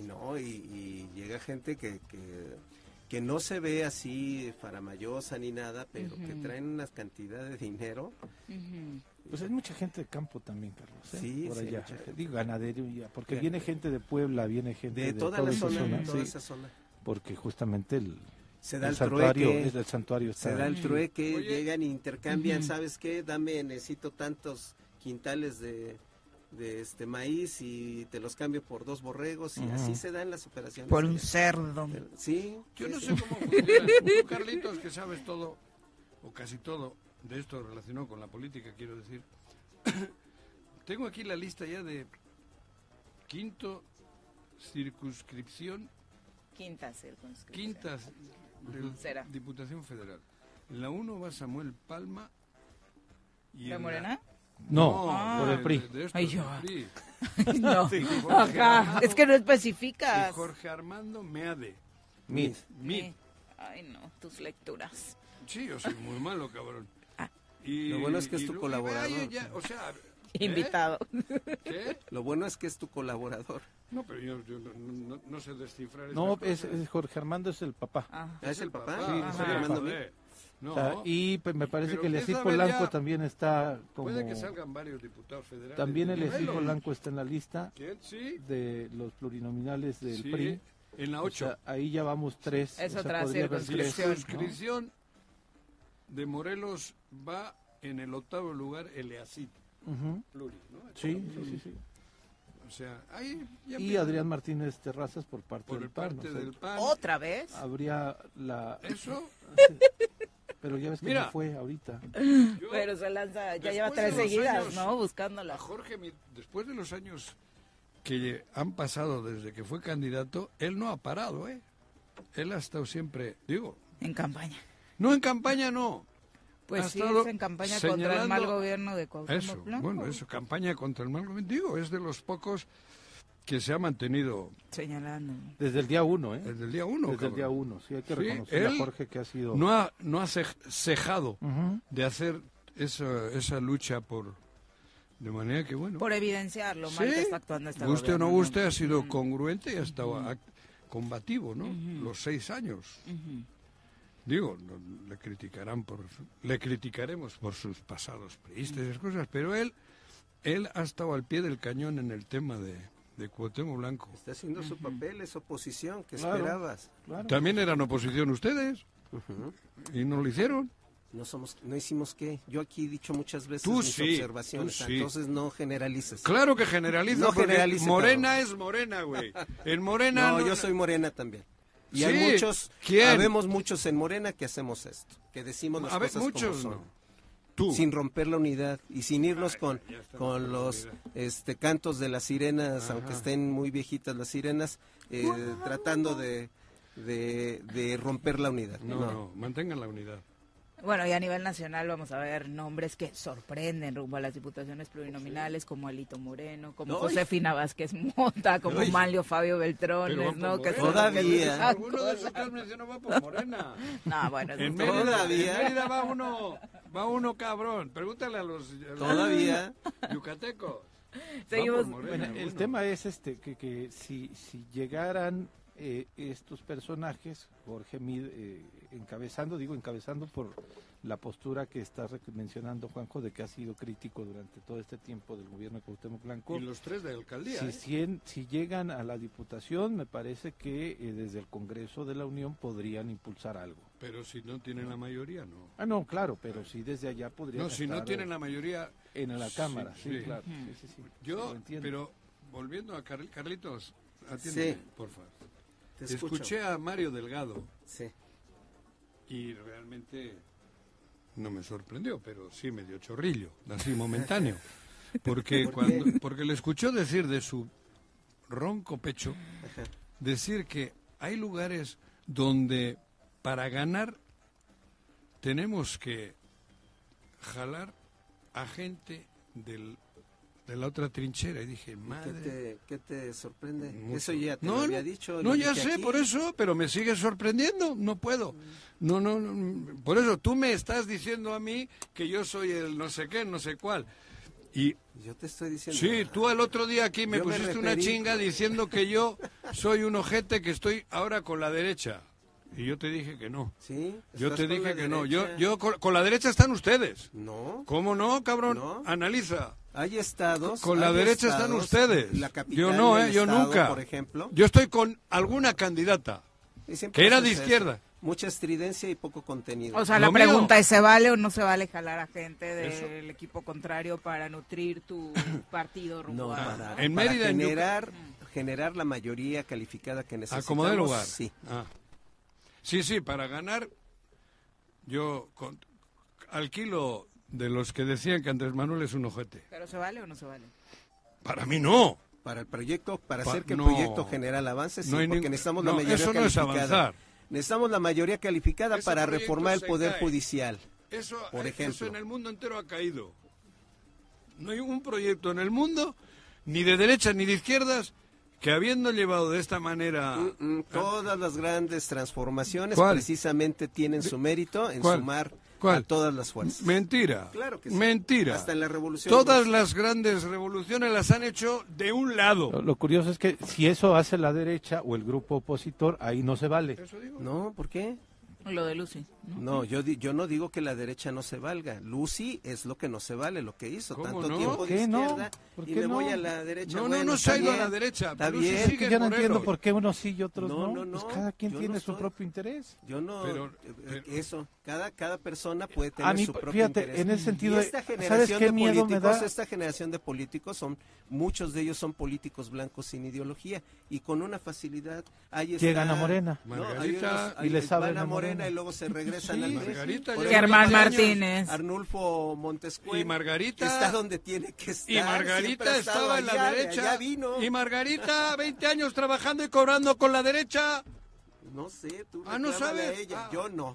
Y llega gente que no se ve así faramayosa ni nada, pero que traen una cantidad de dinero. Pues hay mucha gente de campo también, Carlos. Sí, por sí, allá. Digo, ganadería, porque viene gente de Puebla, viene gente de toda la zona, toda esa zona. Porque justamente se da el santuario, trueque, el santuario está se da el trueque, llegan e intercambian, ¿sabes qué? Necesito tantos quintales de maíz y te los cambio por 2 borregos y así se dan las operaciones. Por un cerdo. Sí. Yo no sé cómo funciona. Tú, Carlitos, que sabes todo, o casi todo, de esto relacionado con la política, quiero decir. Tengo aquí la lista ya de quinto circunscripción. Quinta circunscripción. Quintas de Diputación Federal. En la 1 va Samuel Palma. Y ¿De Morena? No, por el PRI. Ay, yo. No. Ajá. Es que no especificas. Y Jorge Armando Meade. Mid. Ay, no, tus lecturas. Sí, yo soy muy malo, cabrón. Lo bueno es que es tu colaborador. Invitado. ¿Qué? Lo bueno es que es tu colaborador. No, pero yo no sé descifrar. No, es Jorge Armando es el papá. ¿Es el papá? Sí, Jorge Armando Meade. No, y pues, me parece que Eliasir esa Polanco ya también está como... Puede que salgan varios diputados federales. También Eliasir Polanco está en la lista sí, de los plurinominales del PRI. En la 8. O sea, ahí ya vamos 3. Es otra circunscripción. La circunscripción de Morelos va en el 8º lugar Eliasir. Pluri, ¿no? Sí. O sea, ahí ya y Adrián Martínez Terrazas por parte del PAN. ¿Otra vez? Habría la... ¿Eso? Pero ya ves que no fue ahorita. Pero se lanza, ya lleva 3 seguidas, ¿no? Buscándola. A Jorge, después de los años que han pasado desde que fue candidato, él no ha parado, ¿eh? Él ha estado siempre, en campaña. No, en campaña no. Pues sí, es en campaña contra el mal gobierno de Cuauhtémoc Blanco. Eso, campaña contra el mal gobierno. Es de los pocos que se ha mantenido... Señalando. Desde el día 1, ¿eh? Desde el día 1, Desde el día 1, sí, hay que reconocer a Jorge que ha sido... No ha cejado de hacer esa lucha de manera que, bueno... Por evidenciar lo mal que está actuando esta gobierno. Guste o no guste, ha sido congruente y ha estado combativo, ¿no? Los 6 años. Le criticaremos por sus pasados priistas y esas cosas, pero él ha estado al pie del cañón en el tema de Cuauhtémoc Blanco. Está haciendo su papel, es oposición, ¿qué esperabas? Claro. También eran oposición ustedes, y no lo hicieron. No hicimos qué. Yo aquí he dicho muchas veces mis observaciones, entonces no generalices. Claro que generaliza, no porque generalice, Morena cabrón. es Morena, güey. En Morena... No, yo soy Morena también. Y hay habemos muchos en Morena que hacemos esto, que decimos las cosas como son. Tú. Sin romper la unidad y sin irnos con los cantos de las sirenas, aunque estén muy viejitas las sirenas, tratando de romper la unidad. No, mantengan la unidad. Bueno, y a nivel nacional vamos a ver nombres que sorprenden rumbo a las diputaciones plurinominales, como Alito Moreno, como Josefina Vázquez Mota, como Manlio Fabio Beltrones, ¿no? Que todavía. Alguno de esos que has mencionado va por Morena. No, bueno, en Mérida va uno cabrón. Pregúntale a los todavía yucatecos. Seguimos. Bueno, el tema es que si llegaran estos personajes, Jorge Mid encabezando por la postura que está mencionando Juanjo, de que ha sido crítico durante todo este tiempo del gobierno de Cuauhtémoc Blanco. Y los 3 de alcaldía. Si llegan a la diputación, me parece que desde el Congreso de la Unión podrían impulsar algo. Pero si no tienen la mayoría, no. No, claro, pero sí desde allá podrían si no tienen la mayoría... En la Cámara, sí, claro. Sí. Pero volviendo a Carlitos, atiéndeme, por favor. Te escucho. Escuché a Mario Delgado. Sí. Y realmente no me sorprendió, pero sí me dio chorrillo, así momentáneo. Porque porque le escuchó decir de su ronco pecho, decir que hay lugares donde para ganar tenemos que jalar a gente de la otra trinchera. Y dije, madre... ¿Qué te sorprende? Mucho. Eso ya te lo había dicho. No, ya sé, por eso, pero me sigue sorprendiendo, no puedo. No, por eso tú me estás diciendo a mí que yo soy el no sé qué, no sé cuál. Y yo te estoy diciendo... Sí, tú el otro día aquí me pusiste una chinga diciendo que yo soy un ojete que estoy ahora con la derecha. Y yo te dije que no. ¿Sí? Yo te dije que no. Yo con la derecha están ustedes. No. ¿Cómo no, cabrón? No. Analiza. Hay estados... Con la derecha están ustedes. La capital yo no, del yo estado, nunca. por ejemplo. Yo estoy con alguna candidata que era de izquierda. Mucha estridencia y poco contenido. O sea, la pregunta es, ¿se vale o no se vale jalar a gente del equipo contrario para nutrir tu partido rumbo en Mérida, generar la mayoría calificada que necesitamos. Acomodar lugar. Sí. Sí, para ganar yo alquilo de los que decían que Andrés Manuel es un ojete. ¿Pero se vale o no se vale? Para mí no. Para el proyecto, para hacer que el proyecto general avance, sí, porque necesitamos la mayoría eso no calificada. Es avanzar. Necesitamos la mayoría calificada Ese para reformar el Poder cae. Judicial, por ejemplo. Eso en el mundo entero ha caído. No hay un proyecto en el mundo, ni de derechas ni de izquierdas, que habiendo llevado de esta manera... Todas las grandes transformaciones ¿Cuál? Precisamente tienen su mérito en sumar a todas las fuerzas. Mentira. Claro que sí. Mentira. Hasta en la revolución. Todas las grandes revoluciones las han hecho de un lado. Lo curioso es que si eso hace la derecha o el grupo opositor, ahí no se vale. No, ¿por qué? Lo de Lucy. No, yo no digo que la derecha no se valga. Lucy es lo que no se vale, lo que hizo. Tanto no? tiempo de izquierda y me voy a no? la derecha. No se ha ido a la derecha. Está Lucy bien. sigue Yo no Morelos. entiendo por qué unos sí y otros No, no. Pues cada quien tiene su propio interés. Yo no, Pero- eso, cada persona puede tener A mí, su propio fíjate, interés. en el sentido Y de, esta ¿sabes generación qué de miedo me políticos, da? esta generación de políticos muchos de ellos son políticos blancos sin ideología y con una facilidad. Ahí Llegan está, a Morena. Margarita, y le saben van a a Morena Morena. y luego se regresan al Margarita Por lleva Germán 20 años. Martínez. Arnulfo Montescue. Y Margarita- que está donde tiene que estar. Y siempre Margarita ha estado estaba en la allá, de derecha. allá vino. Y Margarita, 20 años trabajando y cobrando con la derecha. No sé, tú Ah, ¿no reclámale sabes? a ella, Ah. yo no.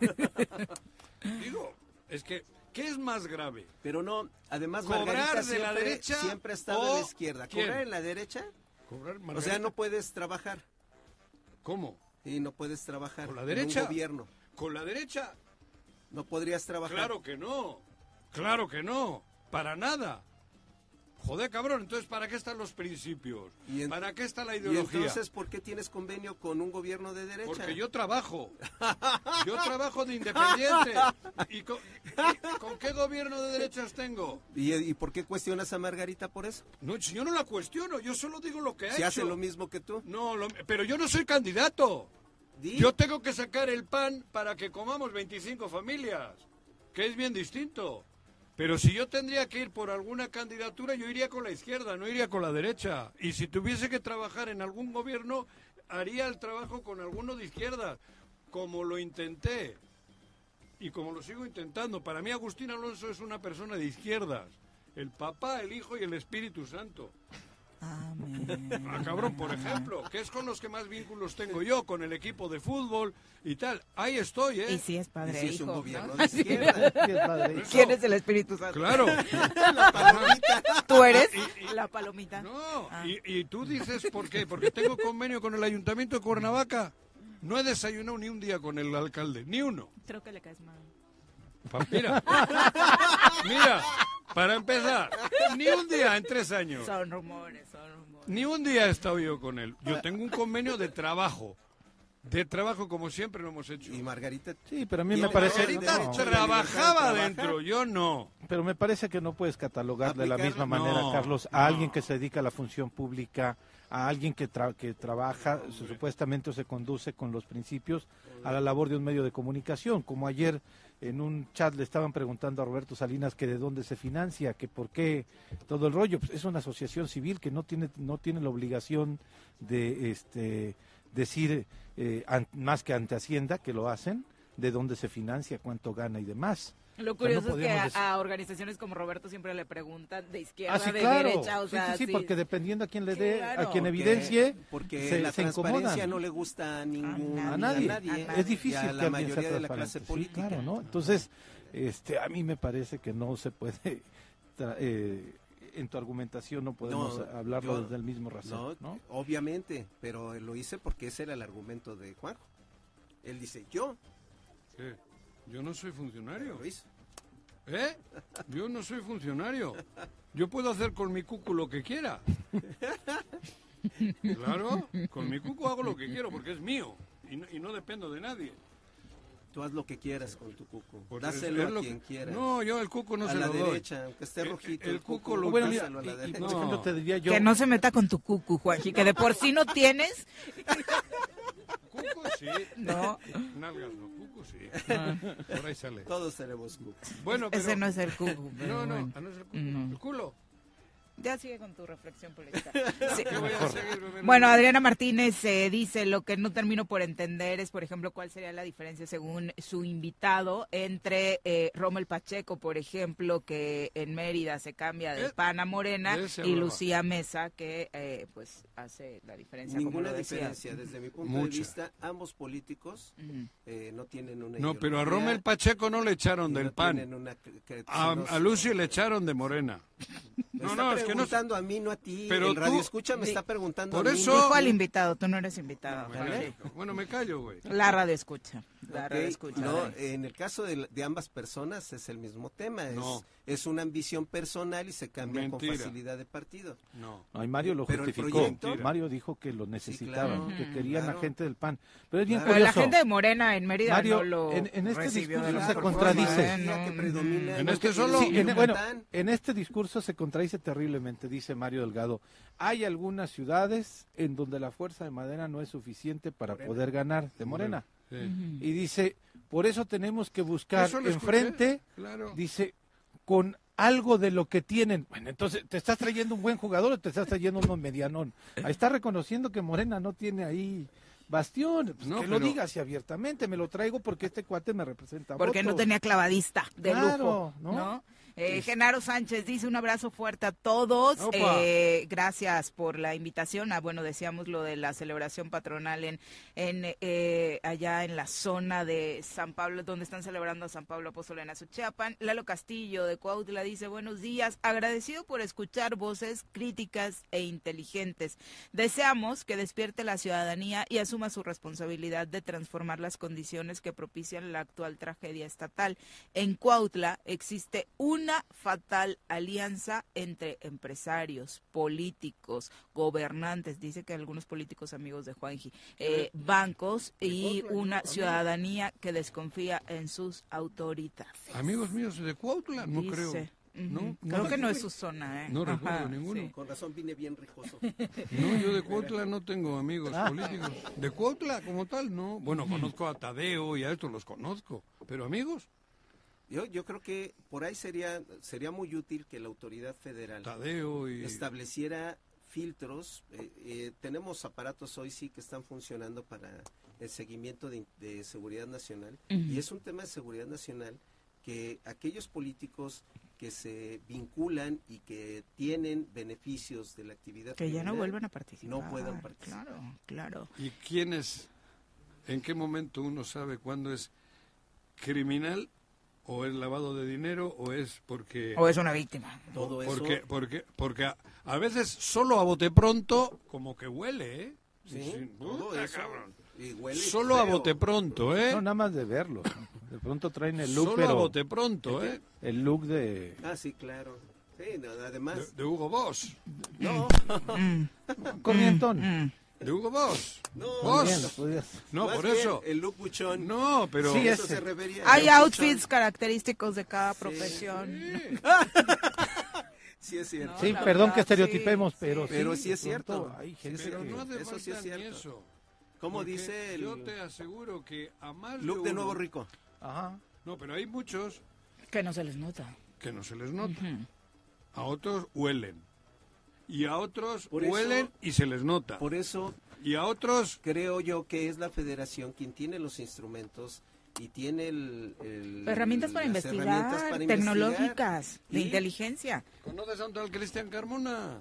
Digo, es que, ¿qué es más grave? Pero no, además ¿Cobrar Margarita de la derecha siempre ha estado o en la izquierda. quién? ¿Cobrar en la derecha? Cobrar O sea, Margarita. no puedes trabajar. ¿Cómo? Y no puedes trabajar. ¿Con la en derecha? un gobierno. ¿Con la derecha? No podrías trabajar. Claro que no. Claro que no. Para nada. Joder, cabrón, entonces ¿para qué están los principios? ¿Para qué está la Y ideología? entonces, ¿por qué tienes convenio con un gobierno de derecha? Porque yo trabajo. Yo trabajo de independiente. ¿Y con qué gobierno de derechas tengo? ¿Y por qué cuestionas a Margarita por eso? No, si yo no la cuestiono, yo solo digo lo que ha Si hecho. hace lo mismo que tú. No, pero yo no soy candidato. Di. Yo tengo que sacar el pan para que comamos 25 familias, que es bien distinto. Pero si yo tendría que ir por alguna candidatura, yo iría con la izquierda, no iría con la derecha. Y si tuviese que trabajar en algún gobierno, haría el trabajo con alguno de izquierda, como lo intenté y como lo sigo intentando. Para mí Agustín Alonso es una persona de izquierdas, el Papá, el Hijo y el Espíritu Santo. Ah, cabrón, por ejemplo, que es con los que más vínculos tengo yo, con el equipo de fútbol y tal. Ahí estoy, ¿eh? Y si es padre e Y si es un hijo. gobierno ¿no? de izquierda. ¿Quién es el Espíritu Santo? Claro. La palomita. ¿Tú eres la palomita? No, Ah. y tú dices, ¿por qué? Porque tengo convenio con el Ayuntamiento de Cuernavaca. No he desayunado ni un día con el alcalde, ni uno. Creo que le caes mal. Mira, para empezar, ni un día en 3 años. Son rumores, son rumores. Ni un día he estado yo con él. Yo tengo un convenio de trabajo. De trabajo como siempre lo hemos hecho. Y Margarita. Sí, pero a mí Y me parece... Margarita no. trabajaba adentro, yo no. Pero me parece que no puedes catalogar de la misma manera, No, Carlos, a alguien que se dedica a la función pública, a alguien que trabaja, supuestamente se conduce con los principios a la labor de un medio de comunicación. Como ayer en un chat le estaban preguntando a Roberto Salinas que de dónde se financia, que por qué todo el rollo. Pues es una asociación civil que no tiene la obligación de decir más que ante Hacienda, que lo hacen, de dónde se financia, cuánto gana y demás. Lo curioso es que a organizaciones como Roberto siempre le preguntan de izquierda, de claro. derecha, o sea, sí, porque dependiendo a quién le dé, claro. a quien evidencie, porque la transparencia no le gusta a nadie. Es difícil y a la mayoría de la clase política. Sí, claro, ¿no? Entonces, a mí me parece que no se puede, en tu argumentación no podemos hablarlo desde el mismo rasero, ¿no? Obviamente, pero lo hice porque ese era el argumento de Juanjo. Él dice, yo no soy funcionario. Lo hizo. Yo no soy funcionario. Yo puedo hacer con mi cucu lo que quiera. Claro, con mi cucu hago lo que quiero porque es mío y no dependo de nadie. Tú haz lo que quieras con tu cuco. Pues dáselo a quien quieras. No, yo el cuco no se lo doy. A la derecha, aunque esté rojito. El cuco lo bueno, dáselo a la derecha. Por ejemplo, te diría yo... Que no se meta con tu cucu, Juanji, que de por sí no tienes. Cuco sí. No. Nalgas no, cuco sí. Por ahí sale. Todos tenemos cuco. Bueno, pero... Ese no es el cucu. No, bueno. no es el cuco. No. El culo. Ya sigue con tu reflexión política. Sí. Bueno, Adriana Martínez dice, lo que no termino por entender es, por ejemplo, cuál sería la diferencia según su invitado entre Rommel Pacheco, por ejemplo, que en Mérida se cambia del PAN a Morena, y Lucía Mesa, que pues hace la diferencia. Ninguna diferencia, desde mi punto de vista, ambos políticos no tienen una No, pero a Rommel Pacheco no le echaron del PAN. A Lucy le echaron de Morena. Me está preguntando a mí, no a ti. Pero el radio escucha me está preguntando por a mí. eso... Dijo al invitado, tú no eres invitado. Bueno, me callo, güey. La radio escucha. La radio escucha. No, en el caso de ambas personas es el mismo tema. Es una ambición personal y se cambian con facilidad de partido. No. Ay, Mario lo justificó. Mario dijo que lo necesitaban, que querían a gente del PAN. Pero es bien curioso. La gente de Morena en Mérida Mario, no lo en este recibió discurso se contradice. En este solo. En este discurso se contradice terriblemente, dice Mario Delgado. Hay algunas ciudades en donde la fuerza de Morena no es suficiente para poder ganar, de Morena. Sí. Y dice, por eso tenemos que buscar enfrente, dice, con algo de lo que tienen. Bueno, entonces, ¿te estás trayendo un buen jugador o te estás trayendo uno medianón? Ahí está reconociendo que Morena no tiene ahí bastión. Pues que lo diga así abiertamente, me lo traigo porque este cuate me representa. Porque votos. no tenía clavadista de lujo, ¿no? Genaro Sánchez dice un abrazo fuerte a todos, gracias por la invitación. Bueno, decíamos lo de la celebración patronal allá en la zona de San Pablo, donde están celebrando a San Pablo Apóstol en Azuchiapan. Lalo Castillo de Cuautla dice, buenos días, agradecido por escuchar voces críticas e inteligentes. Deseamos que despierte la ciudadanía y asuma su responsabilidad de transformar las condiciones que propician la actual tragedia estatal. En Cuautla existe una fatal alianza entre empresarios, políticos, gobernantes, dice que algunos políticos amigos de Juanji, bancos y una ciudadanía que desconfía en sus autoridades. Amigos míos de Cuautla, no creo. No, creo que no es su zona, No recuerdo ninguno. Sí. Con razón vine bien rijoso. No, yo de Cuautla no tengo amigos políticos. De Cuautla como tal, no. Bueno, conozco a Tadeo y a estos los conozco, pero amigos. Yo creo que por ahí sería muy útil que la autoridad federal estableciera filtros. Tenemos aparatos hoy sí que están funcionando para el seguimiento de seguridad nacional, y es un tema de seguridad nacional que aquellos políticos que se vinculan y que tienen beneficios de la actividad que ya no vuelvan a participar, no puedan participar. Claro. ¿Y quiénes, en qué momento uno sabe cuándo es criminal o es lavado de dinero o es porque o es una víctima? Todo eso porque a veces solo a bote pronto como que huele, Sí, todo eso. Cabrón. Y huele solo feo. A bote pronto, No, nada más de verlo. De pronto traen el look, solo pero a bote pronto, el look de... Ah, sí, claro. Sí, no, además... De Hugo Boss. No. Corrientón. De Hugo Boss. No, Boss. No, más por bien eso. el look buchón. No, pero... Sí, eso se refería. Hay outfits característicos de cada profesión. Sí. Sí es cierto. Sí, No, perdón verdad, que estereotipemos, pero sí es cierto. Hay gente Pero que... no hace eso sí es falta ni cierto. eso. ¿Cómo Porque dice el yo te aseguro que a más look de uno- nuevo rico? Ajá. No, pero hay muchos Que no se les nota. que no se les nota. A otros huelen. Y a otros Por eso- huelen y se les nota. Por eso Y a otros... creo yo que es la federación quien tiene los instrumentos y tiene herramientas para las investigar, herramientas para tecnológicas, de y- inteligencia. ¿Conoces a un tal Cristian Carmona?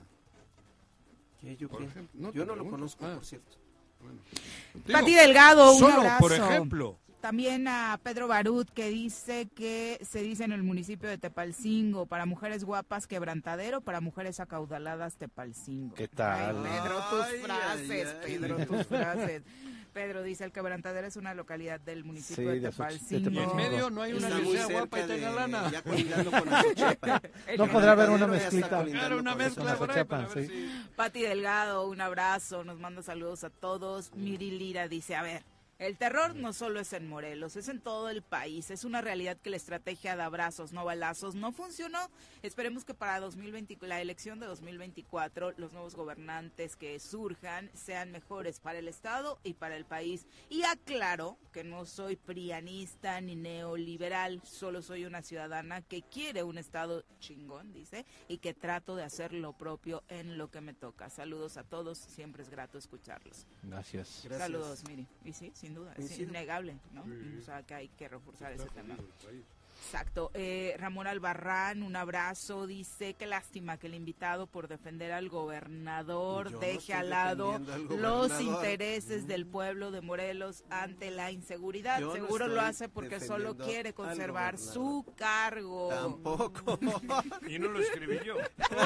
¿Yo Por qué? ejemplo, Yo te no lo pregunto. conozco, Ah. por cierto. Digo, Pati Delgado, un solo, abrazo. por ejemplo. También a Pedro Barut, que dice que se dice en el municipio de Tepalcingo, para mujeres guapas quebrantadero, para mujeres acaudaladas Tepalcingo. ¿Qué tal? Ay, Pedro, tus Ay, frases, ay, ay. Pedro, tus frases. Pedro dice, el quebrantadero es una localidad del municipio Sí, de de Tepalcingo. Tepalcingo. En medio no hay una Está que muy sea guapa y cerca tenga de, lana. ya colindando con Azochiapa. No podrá haber una Matadero ya está mezclita. colindando Claro, una con mezcla Azochiapa. por ahí para Azochiapa, ver sí. si... Pati Delgado, un abrazo, nos manda saludos a todos. Miri Lira dice, a ver, el terror no solo es en Morelos, es en todo el país. Es una realidad que la estrategia de abrazos, no balazos, no funcionó. Esperemos que para la elección de 2024 los nuevos gobernantes que surjan sean mejores para el Estado y para el país. Y aclaro que no soy prianista ni neoliberal, solo soy una ciudadana que quiere un Estado chingón, dice, y que trato de hacer lo propio en lo que me toca. Saludos a todos, siempre es grato escucharlos. Gracias. Gracias. Saludos, Miri. Y sí, sin duda, es Coincido. innegable, ¿no? O sea, que hay que reforzar ese tema. Exacto. Ramón Albarrán, un abrazo, dice, qué lástima que el invitado por defender al gobernador Yo no deje estoy al lado defendiendo al los gobernador. intereses del pueblo de Morelos ante la inseguridad. Yo no Seguro lo estoy hace porque solo defendiendo quiere al conservar gobernador. su cargo. Tampoco. Y no lo escribí yo.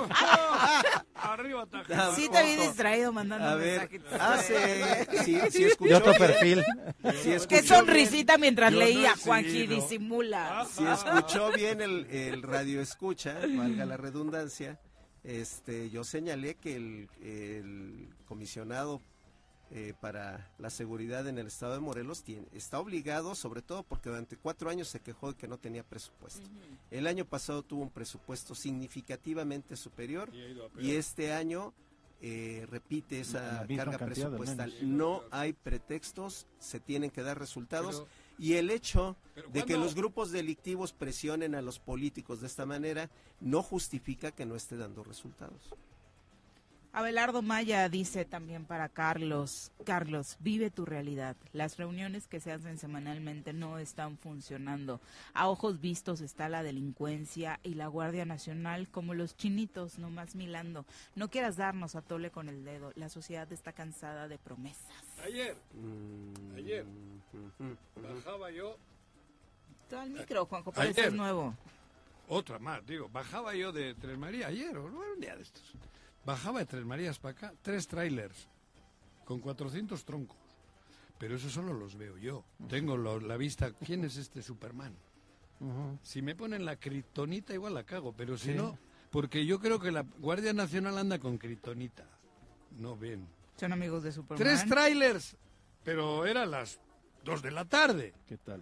Arriba, Taja. Tampoco. Sí te vi distraído mandando A ver, mensajes. sí escuchó Y otro bien. perfil. Sí escuchó Qué bien. sonrisita mientras Yo no leía, he Juanji, seguido. disimula. Si escuchó bien el radio escucha, valga la redundancia, yo señalé que el comisionado para la seguridad en el estado de Morelos está obligado, sobre todo porque durante 4 años se quejó de que no tenía presupuesto. El año pasado tuvo un presupuesto significativamente superior y este año repite La esa misma carga cantidad, al presupuestal. menos. No hay pretextos, se tienen que dar resultados. Pero- Y el hecho Pero de que ¿cuándo? los grupos delictivos presionen a los políticos de esta manera no justifica que no esté dando resultados. Abelardo Maya dice también para Carlos, vive tu realidad. Las reuniones que se hacen semanalmente no están funcionando. A ojos vistos está la delincuencia y la Guardia Nacional como los chinitos nomás milando. No quieras darnos a tole con el dedo. La sociedad está cansada de promesas. Ayer Ayer. Ujú. bajaba yo, Todo al micro, Juanjo, parece Ayer. nuevo. otra más, digo, bajaba yo de Tres Marías ayer, o no era un día de estos. Bajaba de Tres Marías para acá, 3 trailers con 400 troncos. Pero eso solo los veo yo. Tengo la vista, ¿quién es este Superman? Si me ponen la kriptonita igual la cago, pero si Sí. no, porque yo creo que la Guardia Nacional anda con kriptonita. No ven. Son amigos de Superman. 3 trailers, pero eran las 2 de la tarde. ¿Qué tal?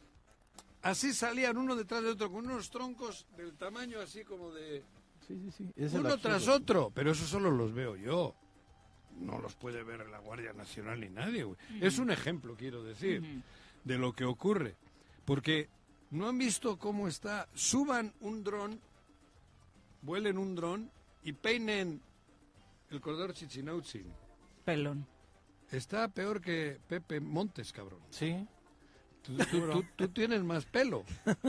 Así salían uno detrás de otro con unos troncos del tamaño así como de Sí, sí, sí. Es el uno absurdo. tras otro, pero eso solo los veo yo. No los puede ver la Guardia Nacional ni nadie, güey. Es un ejemplo, quiero decir, de lo que ocurre. Porque no han visto cómo está. Suban un dron, vuelen un dron y peinen el corredor Chichinautzin. Pelón. Está peor que Pepe Montes, cabrón. Sí. Tú tienes más pelo.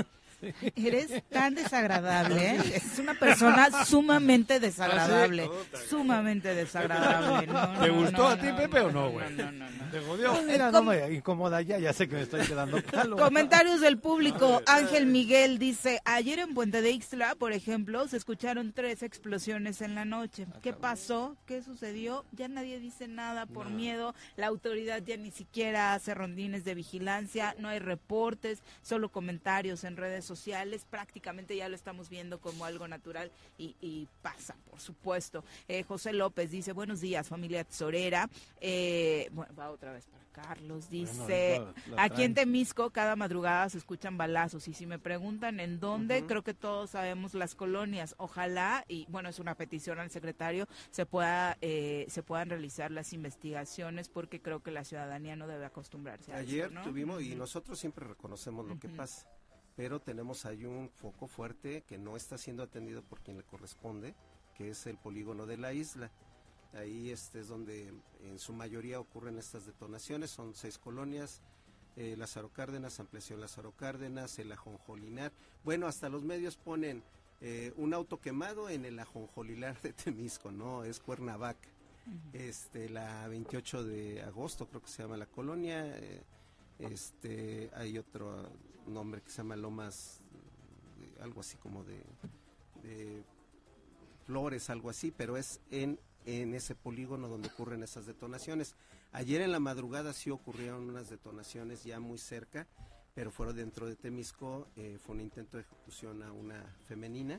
Eres tan desagradable, ¿eh? Es una persona sumamente desagradable. ¿Ah, sí? Sumamente desagradable. No, ¿Te no, gustó no, a ti, no, Pepe, no, o no, no, güey? no. Te jodió. Mira, no me incomoda ya sé que me estoy quedando calvo. Comentarios del público. Ángel Miguel dice, ayer en Puente de Ixtla, por ejemplo, se escucharon 3 explosiones en la noche. ¿Qué pasó? ¿Qué sucedió? Ya nadie dice nada por miedo. La autoridad ya ni siquiera hace rondines de vigilancia. No hay reportes, solo comentarios en redes sociales. Prácticamente ya lo estamos viendo como algo natural y pasa, por supuesto. José López dice, buenos días, familia tesorera. Bueno, va otra vez para Carlos, dice, Bueno, la aquí en traen. Temisco cada madrugada se escuchan balazos y si me preguntan en dónde, creo que todos sabemos las colonias. Ojalá, y bueno, es una petición al secretario, se puedan realizar las investigaciones porque creo que la ciudadanía no debe acostumbrarse a Ayer eso, ¿no? tuvimos, y nosotros siempre reconocemos lo que pasa, pero tenemos ahí un foco fuerte que no está siendo atendido por quien le corresponde, que es el polígono de la isla. Ahí es donde en su mayoría ocurren estas detonaciones, son 6 colonias, Lázaro Cárdenas, ampliación Lázaro Cárdenas, el Ajonjolinar. Bueno, hasta los medios ponen un auto quemado en el Ajonjolinar de Temisco, ¿no? Es Cuernavaca. La 28 de agosto creo que se llama la colonia. Hay otro nombre que se llama Lomas, algo así como de Flores, algo así, pero es en ese polígono donde ocurren esas detonaciones. Ayer en la madrugada sí ocurrieron unas detonaciones ya muy cerca, pero fueron dentro de Temisco. Fue un intento de ejecución a una femenina.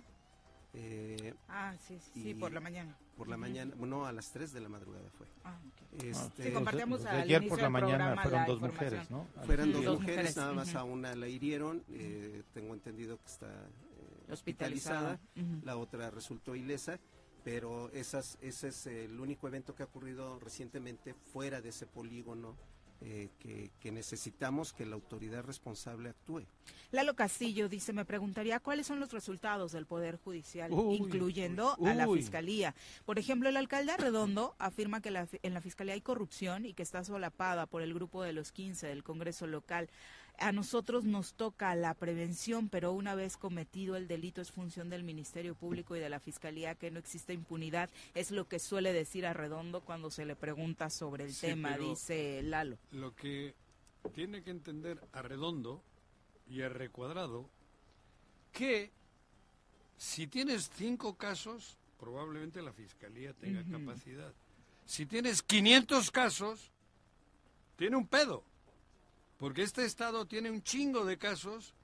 Sí, por la mañana. Por la mañana, bueno, a las 3 de la madrugada fue. Sí, compartíamos al ayer inicio por la del mañana programa fueron dos mujeres, ¿no? Fueron dos mujeres, nada más a una la hirieron, tengo entendido que está hospitalizada, la otra resultó ilesa, pero ese es el único evento que ha ocurrido recientemente fuera de ese polígono que necesitamos que la autoridad responsable actúe. Lalo Castillo dice, me preguntaría cuáles son los resultados del Poder Judicial, incluyendo a la Fiscalía. Por ejemplo, el alcalde Arredondo afirma que en la Fiscalía hay corrupción y que está solapada por el grupo de los 15 del Congreso local. A nosotros nos toca la prevención, pero una vez cometido el delito es función del Ministerio Público y de la Fiscalía que no existe impunidad. Es lo que suele decir Arredondo cuando se le pregunta sobre el tema, dice Lalo. Lo que tiene que entender Arredondo y a Recuadrado, que si tienes 5 casos, probablemente la Fiscalía tenga capacidad. Si tienes 500 casos, tiene un pedo. Porque este Estado tiene un chingo de casos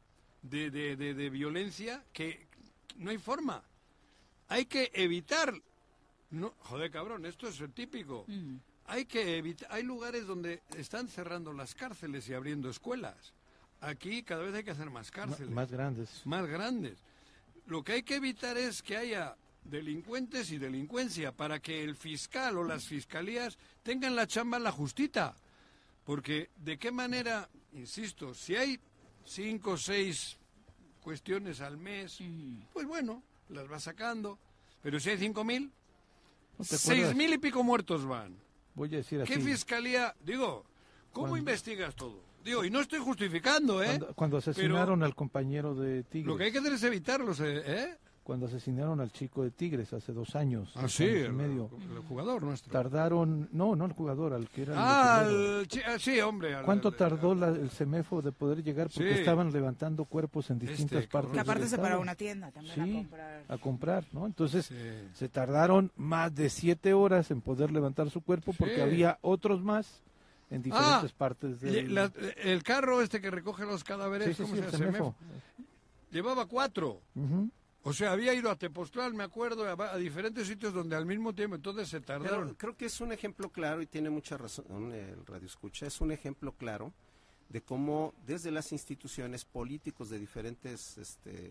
de violencia que no hay forma. Hay que evitar... No, joder, cabrón, esto es el típico. Hay que evitar... Hay lugares donde están cerrando las cárceles y abriendo escuelas. Aquí cada vez hay que hacer más cárceles. Más grandes. Más grandes. Lo que hay que evitar es que haya delincuentes y delincuencia para que el fiscal o las fiscalías tengan la chamba en la justita. Porque, ¿de qué manera, insisto, si hay 5 o 6 cuestiones al mes, pues bueno, las va sacando. Pero si hay 5.000, 6.000 y pico muertos van. Voy a decir así. ¿Qué fiscalía? Digo, ¿cómo investigas todo? Digo, y no estoy justificando, ¿eh? Cuando asesinaron al compañero de Tigres. Lo que hay que hacer es evitarlos, ¿eh? Cuando asesinaron al chico de Tigres hace 2 años. Sí, el jugador nuestro. Tardaron, no el jugador, al que era sí, hombre. ¿Cuánto tardó el CEMEFO de poder llegar? Porque estaban levantando cuerpos en distintas partes. Que aparte se paró una tienda también a comprar, ¿no? Entonces se tardaron más de 7 horas en poder levantar su cuerpo porque había otros más en diferentes partes del... el carro que recoge los cadáveres, ¿cómo se llama? CEMEFO. Llevaba 4. O sea, había ido a Tepoztlán, me acuerdo, a diferentes sitios donde al mismo tiempo, entonces se tardaron. Pero creo que es un ejemplo claro, y tiene mucha razón el Radio Escucha, es un ejemplo claro de cómo desde las instituciones políticos de diferentes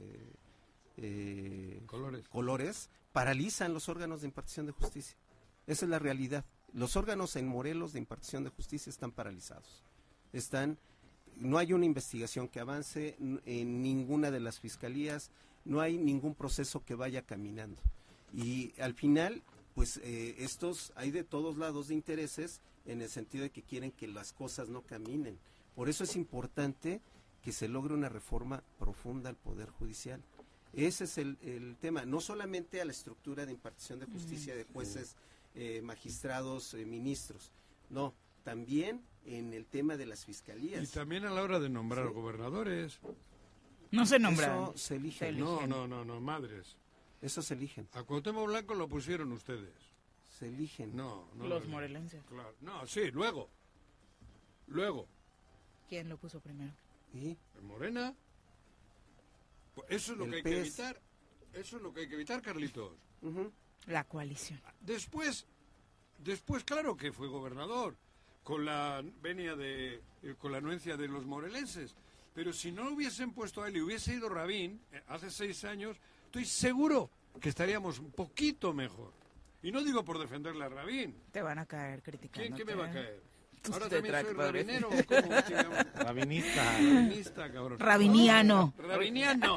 colores paralizan los órganos de impartición de justicia. Esa es la realidad. Los órganos en Morelos de impartición de justicia están paralizados. No hay una investigación que avance en ninguna de las fiscalías, no hay ningún proceso que vaya caminando. Y al final, pues hay de todos lados de intereses en el sentido de que quieren que las cosas no caminen. Por eso es importante que se logre una reforma profunda al Poder Judicial. Ese es el tema, no solamente a la estructura de impartición de justicia de jueces, magistrados, ministros, no, también en el tema de las fiscalías. Y también a la hora de nombrar gobernadores. No se nombran. Eso se eligen. No, madres. Eso se eligen. A Cuauhtémoc Blanco lo pusieron ustedes. Se eligen. No. Los morelenses. Claro. No, sí, luego. ¿Quién lo puso primero? ¿Y? Morena. Eso es lo que hay que evitar. Eso es lo que hay que evitar, Carlitos. La coalición. Después, claro que fue gobernador, con la venia con la anuencia de los morelenses. Pero si no lo hubiesen puesto a él y hubiese ido Rabín, hace 6 años, estoy seguro que estaríamos un poquito mejor. Y no digo por defenderle a Rabín. Te van a caer criticando. ¿Qué me va a caer? Ahora Usted también soy rabinero. Rabinista, cabrón. Rabiniano. Rabiniano.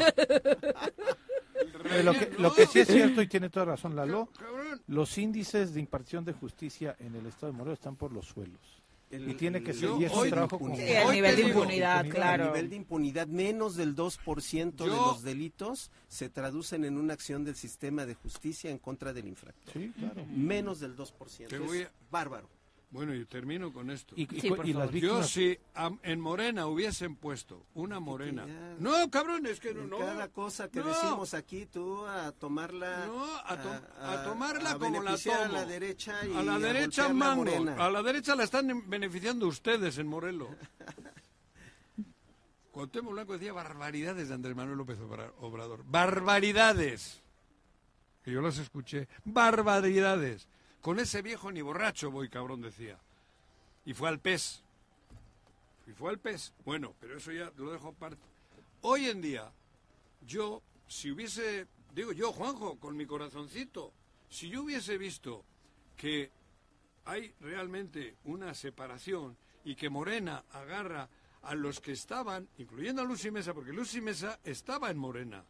Lo que sí es cierto, y tiene toda razón Lalo, los índices de impartición de justicia en el estado de Morelos están por los suelos. Y tiene que ser, yo y es un hoy- trabajo con... Sí, el Hoy nivel te de digo, impunidad, claro. El nivel de impunidad, menos del 2% de Yo- los delitos se traducen en una acción del sistema de justicia en contra del infractor. Sí, claro. Menos del 2%. Te voy Es a- bárbaro. Bueno, y termino con esto. Y Sí, por las favor. Yo víctimas... si en Morena hubiesen puesto una morena... ya- No, cabrón, es que no... Cada cosa que no. decimos aquí, tú a tomarla... No, a tomarla a como la beneficiar tomo. a la derecha y a la derecha golpear la mando. morena. A la derecha la están beneficiando ustedes en Morelos. Cuauhtémoc Blanco decía barbaridades de Andrés Manuel López Obrador. Barbaridades. Que yo las escuché. Barbaridades. Con ese viejo ni borracho voy, cabrón, decía. Y fue al PES. Bueno, pero eso ya lo dejo aparte. Hoy en día, yo, si hubiese, digo yo, Juanjo, con mi corazoncito, si yo hubiese visto que hay realmente una separación y que Morena agarra a los que estaban, incluyendo a Luz y Mesa, porque Luz y Mesa estaba en Morena,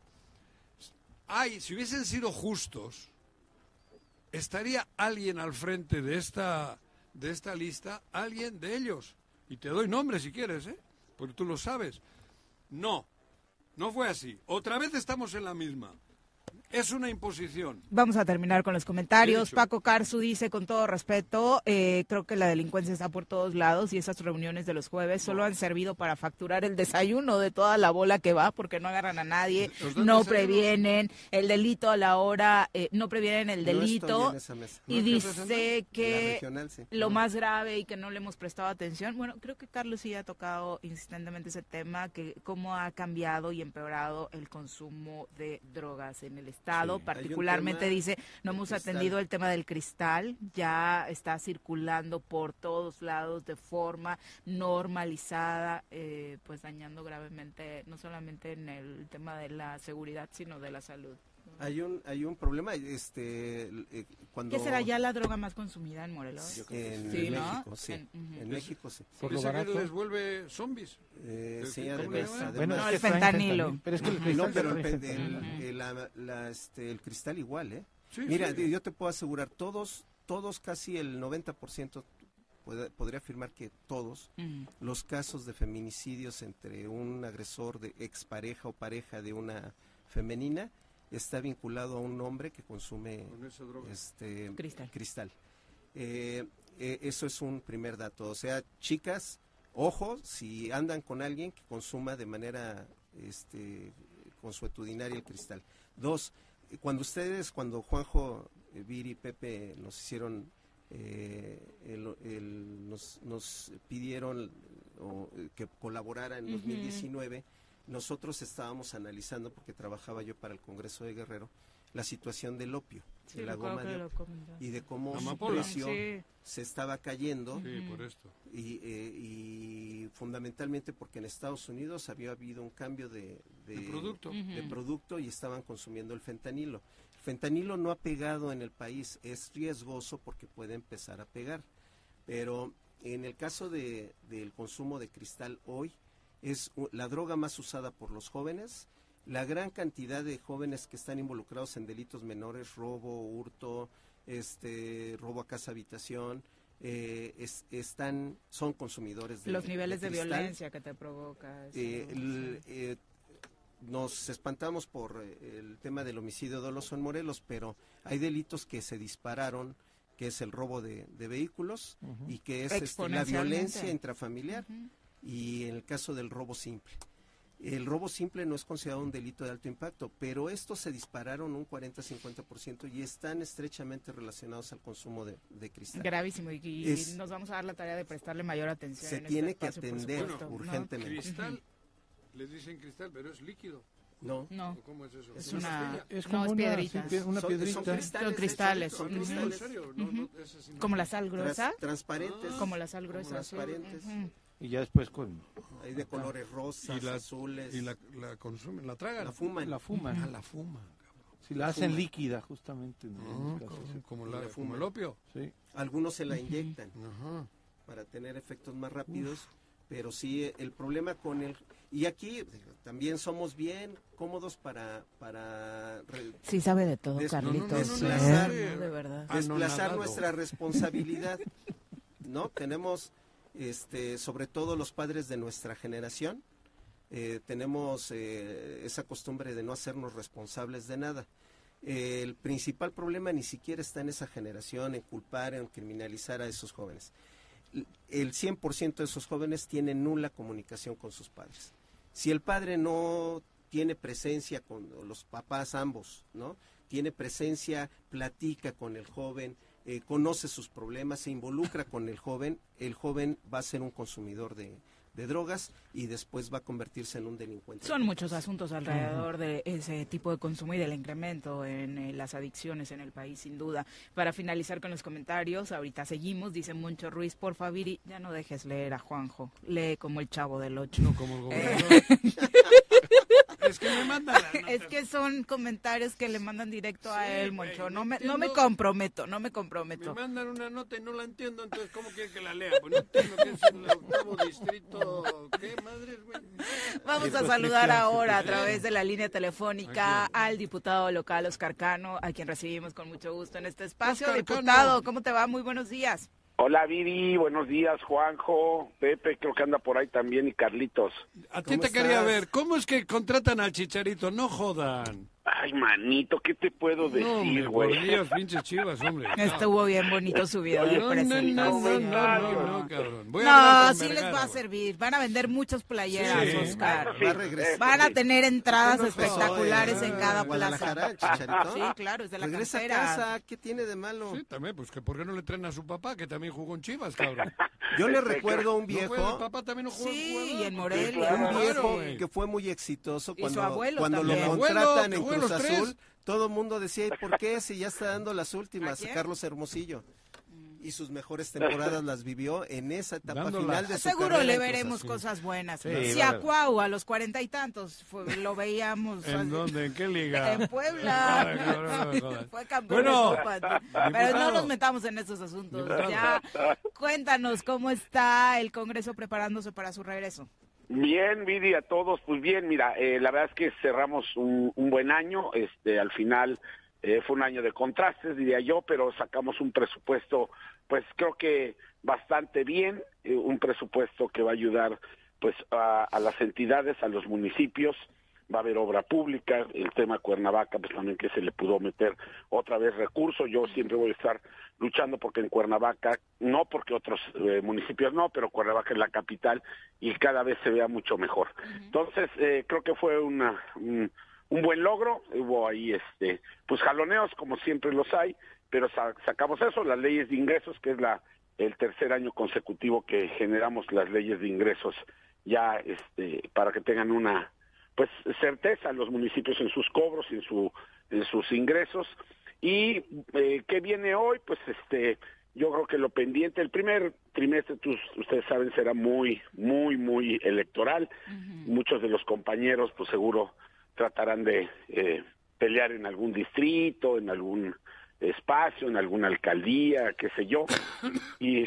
si hubiesen sido justos, estaría alguien al frente de esta lista, alguien de ellos. Y te doy nombres si quieres, porque tú lo sabes. No fue así. Otra vez estamos en la misma. Es una imposición. Vamos a terminar con los comentarios. Derecho. Paco Carzu dice, con todo respeto, creo que la delincuencia está por todos lados y esas reuniones de los jueves solo han servido para facturar el desayuno de toda la bola que va, porque no agarran a nadie, ¿Os dan no desayuno? previenen el delito a la hora, no previenen el No estoy delito en esa mesa. y ¿No? dice En la que regional, sí. lo más grave y que no le hemos prestado atención. Bueno, creo que Carlos sí ha tocado insistentemente ese tema, que cómo ha cambiado y empeorado el consumo de drogas en el Estado. Sí. Particularmente Hay un tema dice, no del hemos cristal. atendido el tema del cristal, ya está circulando por todos lados de forma normalizada, pues dañando gravemente, no solamente en el tema de la seguridad, sino de la salud. Hay un problema, cuando... ¿Qué será ya la droga más consumida en Morelos? Yo creo que Sí, sí, en ¿no? México, sí. Ujú. En México, sí. Por lo Dice que barato. les vuelve zombies. Sí, ¿Cómo además, le llaman? además. Bueno, No, es el que traen fentanilo. Pero es que el No, cristal pero trae el fentanilo. cristal igual, ¿eh? Sí, Mira, sí. yo te puedo asegurar, todos casi el 90%, podría afirmar que todos, Ujú. los casos de feminicidios entre un agresor de expareja o pareja de una femenina está vinculado a un hombre que consume Con esa droga. Cristal. Eso es un primer dato. O sea, chicas, ojo, si andan con alguien que consuma de manera consuetudinaria el cristal. Dos, cuando Juanjo, Viri, Pepe nos hicieron, nos pidieron que colaborara en 2019, nosotros estábamos analizando, porque trabajaba yo para el Congreso de Guerrero, la situación del opio, Sí, de la recuerdo goma que de lo opio, comentaste. y de cómo su Amapola. precio Sí. se estaba cayendo, Sí, por esto. y fundamentalmente porque en Estados Unidos había habido un cambio de producto. de producto y estaban consumiendo el fentanilo. El fentanilo no ha pegado en el país, es riesgoso porque puede empezar a pegar, pero en el caso del consumo de cristal hoy, es la droga más usada por los jóvenes. La gran cantidad de jóvenes que están involucrados en delitos menores, robo, hurto, robo a casa habitación, son consumidores de Los niveles de cristal. violencia que te provoca. eso, Nos espantamos por el tema del homicidio doloso en Morelos, pero hay delitos que se dispararon, que es el robo de vehículos y que es la Exponencialmente. violencia intrafamiliar, Ujú. y en el caso del robo simple. El robo simple no es considerado un delito de alto impacto, pero estos se dispararon un 40-50% y están estrechamente relacionados al consumo de cristal. Gravísimo, y Es- nos vamos a dar la tarea de prestarle mayor atención. Se en tiene este que espacio, por atender supuesto, ¿no? urgentemente. Cristal, les dicen cristal, pero es líquido. No, No, ¿O ¿Cómo es eso? es ¿Una una, pastilla? Es no, como es una, piedrita. una Son piedrita. cristales. Son cristales. Son No, no, en cristales. serio, no, esa sí no. Como la sal gruesa. transparentes, Como la sal gruesa. sí. transparentes. Ujú. Y ya después hay de colores rosas, azules, Y la consumen, la tragan. la fuman. la fuman. Ah, la fuman, Si la hacen líquida, justamente. En algunos casos, sí. como La como fuman. el opio. Sí. Algunos se la inyectan Ajá. para tener efectos más rápidos, pero sí el problema con el... Y aquí también somos bien cómodos para Sí sabe de todo, Des- Carlitos. no, de verdad. desplazar Anonadado. nuestra responsabilidad, ¿no? Tenemos sobre todo los padres de nuestra generación, tenemos esa costumbre de no hacernos responsables de nada. El principal problema ni siquiera está en esa generación, en culpar, en criminalizar a esos jóvenes. El 100% de esos jóvenes tienen nula comunicación con sus padres. Si el padre no tiene presencia con los papás ambos, ¿no? Tiene presencia, platica con el joven, conoce sus problemas, se involucra con el joven va a ser un consumidor de drogas y después va a convertirse en un delincuente. Son muchos asuntos alrededor de ese tipo de consumo y del incremento en las adicciones en el país, sin duda. Para finalizar con los comentarios, ahorita seguimos, dice Moncho Ruiz, porfa, Viri, ya no dejes leer a Juanjo, lee como el Chavo del 8. No, como el gobernador. Es que me mandan las notas. Es que son comentarios que le mandan directo a él, Moncho. No me comprometo. Me mandan una nota y no la entiendo, entonces ¿cómo quiere que la lea? Pues no entiendo qué es el octavo distrito, ¿qué madres, güey? Vamos a saludar ahora a través de la línea telefónica al diputado local Oscar Cano, a quien recibimos con mucho gusto en este espacio. Oscar Diputado, Cano. ¿cómo te va? Muy buenos días. Hola Viri, buenos días Juanjo, Pepe, creo que anda por ahí también y Carlitos. A ti te quería ver, ¿cómo es que contratan al Chicharito? No jodan. Ay, manito, ¿qué te puedo decir, No, güey? por Dios, pinches Chivas, hombre. Estuvo bien bonito su video de presentación. No, cabrón. No, sí les va a servir. Van a vender muchas playeras, Sí. Oscar. Va a regresar. Van a tener entradas ¿Qué no espectaculares pasó, en cada Guadalajara, el plaza. Chicharito? Sí, claro, es de la Regresa a cantera. casa, ¿qué tiene de malo? Sí, también, pues que ¿por qué no le traen a su papá, que también jugó en Chivas, cabrón? Yo le recuerdo a un ¿No fue el viejo, papá también no jugó en Sí, jugador? y en Morelia. un viejo Claro, güey. que fue muy exitoso Y su cuando abuelo lo también. contratan Mi en abuelo, Cruz los tres. Azul. Todo el mundo decía, ¿y por qué? Si ya está dando las últimas, ¿A quién? Carlos Hermosillo. Y sus mejores temporadas las vivió en esa etapa Dándolas. final de su Seguro carrera le en Cruz veremos Azul. cosas buenas. Sí, Si vale. a Cuau a los 40 y tantos lo veíamos ¿En dónde? ¿En qué liga? en Puebla. Ay, cabrón, no me jodas. Fue campeón Bueno, de Copa. Pero no nos metamos en esos asuntos. Diputado. Ya, cuéntanos cómo está el Congreso preparándose para su regreso. Bien, Viri, a todos, pues bien, mira, la verdad es que cerramos un buen año, al final fue un año de contrastes, diría yo, pero sacamos un presupuesto, pues creo que bastante bien, un presupuesto que va a ayudar pues a las entidades, a los municipios, va a haber obra pública, el tema Cuernavaca, pues también que se le pudo meter otra vez recursos, yo siempre voy a estar luchando porque en Cuernavaca, no porque otros municipios no, pero Cuernavaca es la capital y cada vez se vea mucho mejor. Entonces, creo que fue un buen logro, hubo ahí pues jaloneos como siempre los hay, pero sacamos eso, las leyes de ingresos, que es el tercer año consecutivo que generamos las leyes de ingresos ya para que tengan una pues certeza los municipios en sus cobros y en sus ingresos. Y ¿qué viene hoy? Pues yo creo que lo pendiente, el primer trimestre, ustedes saben, será muy, muy, muy electoral. Muchos de los compañeros, pues seguro tratarán de pelear en algún distrito, en algún espacio, en alguna alcaldía, qué sé yo, y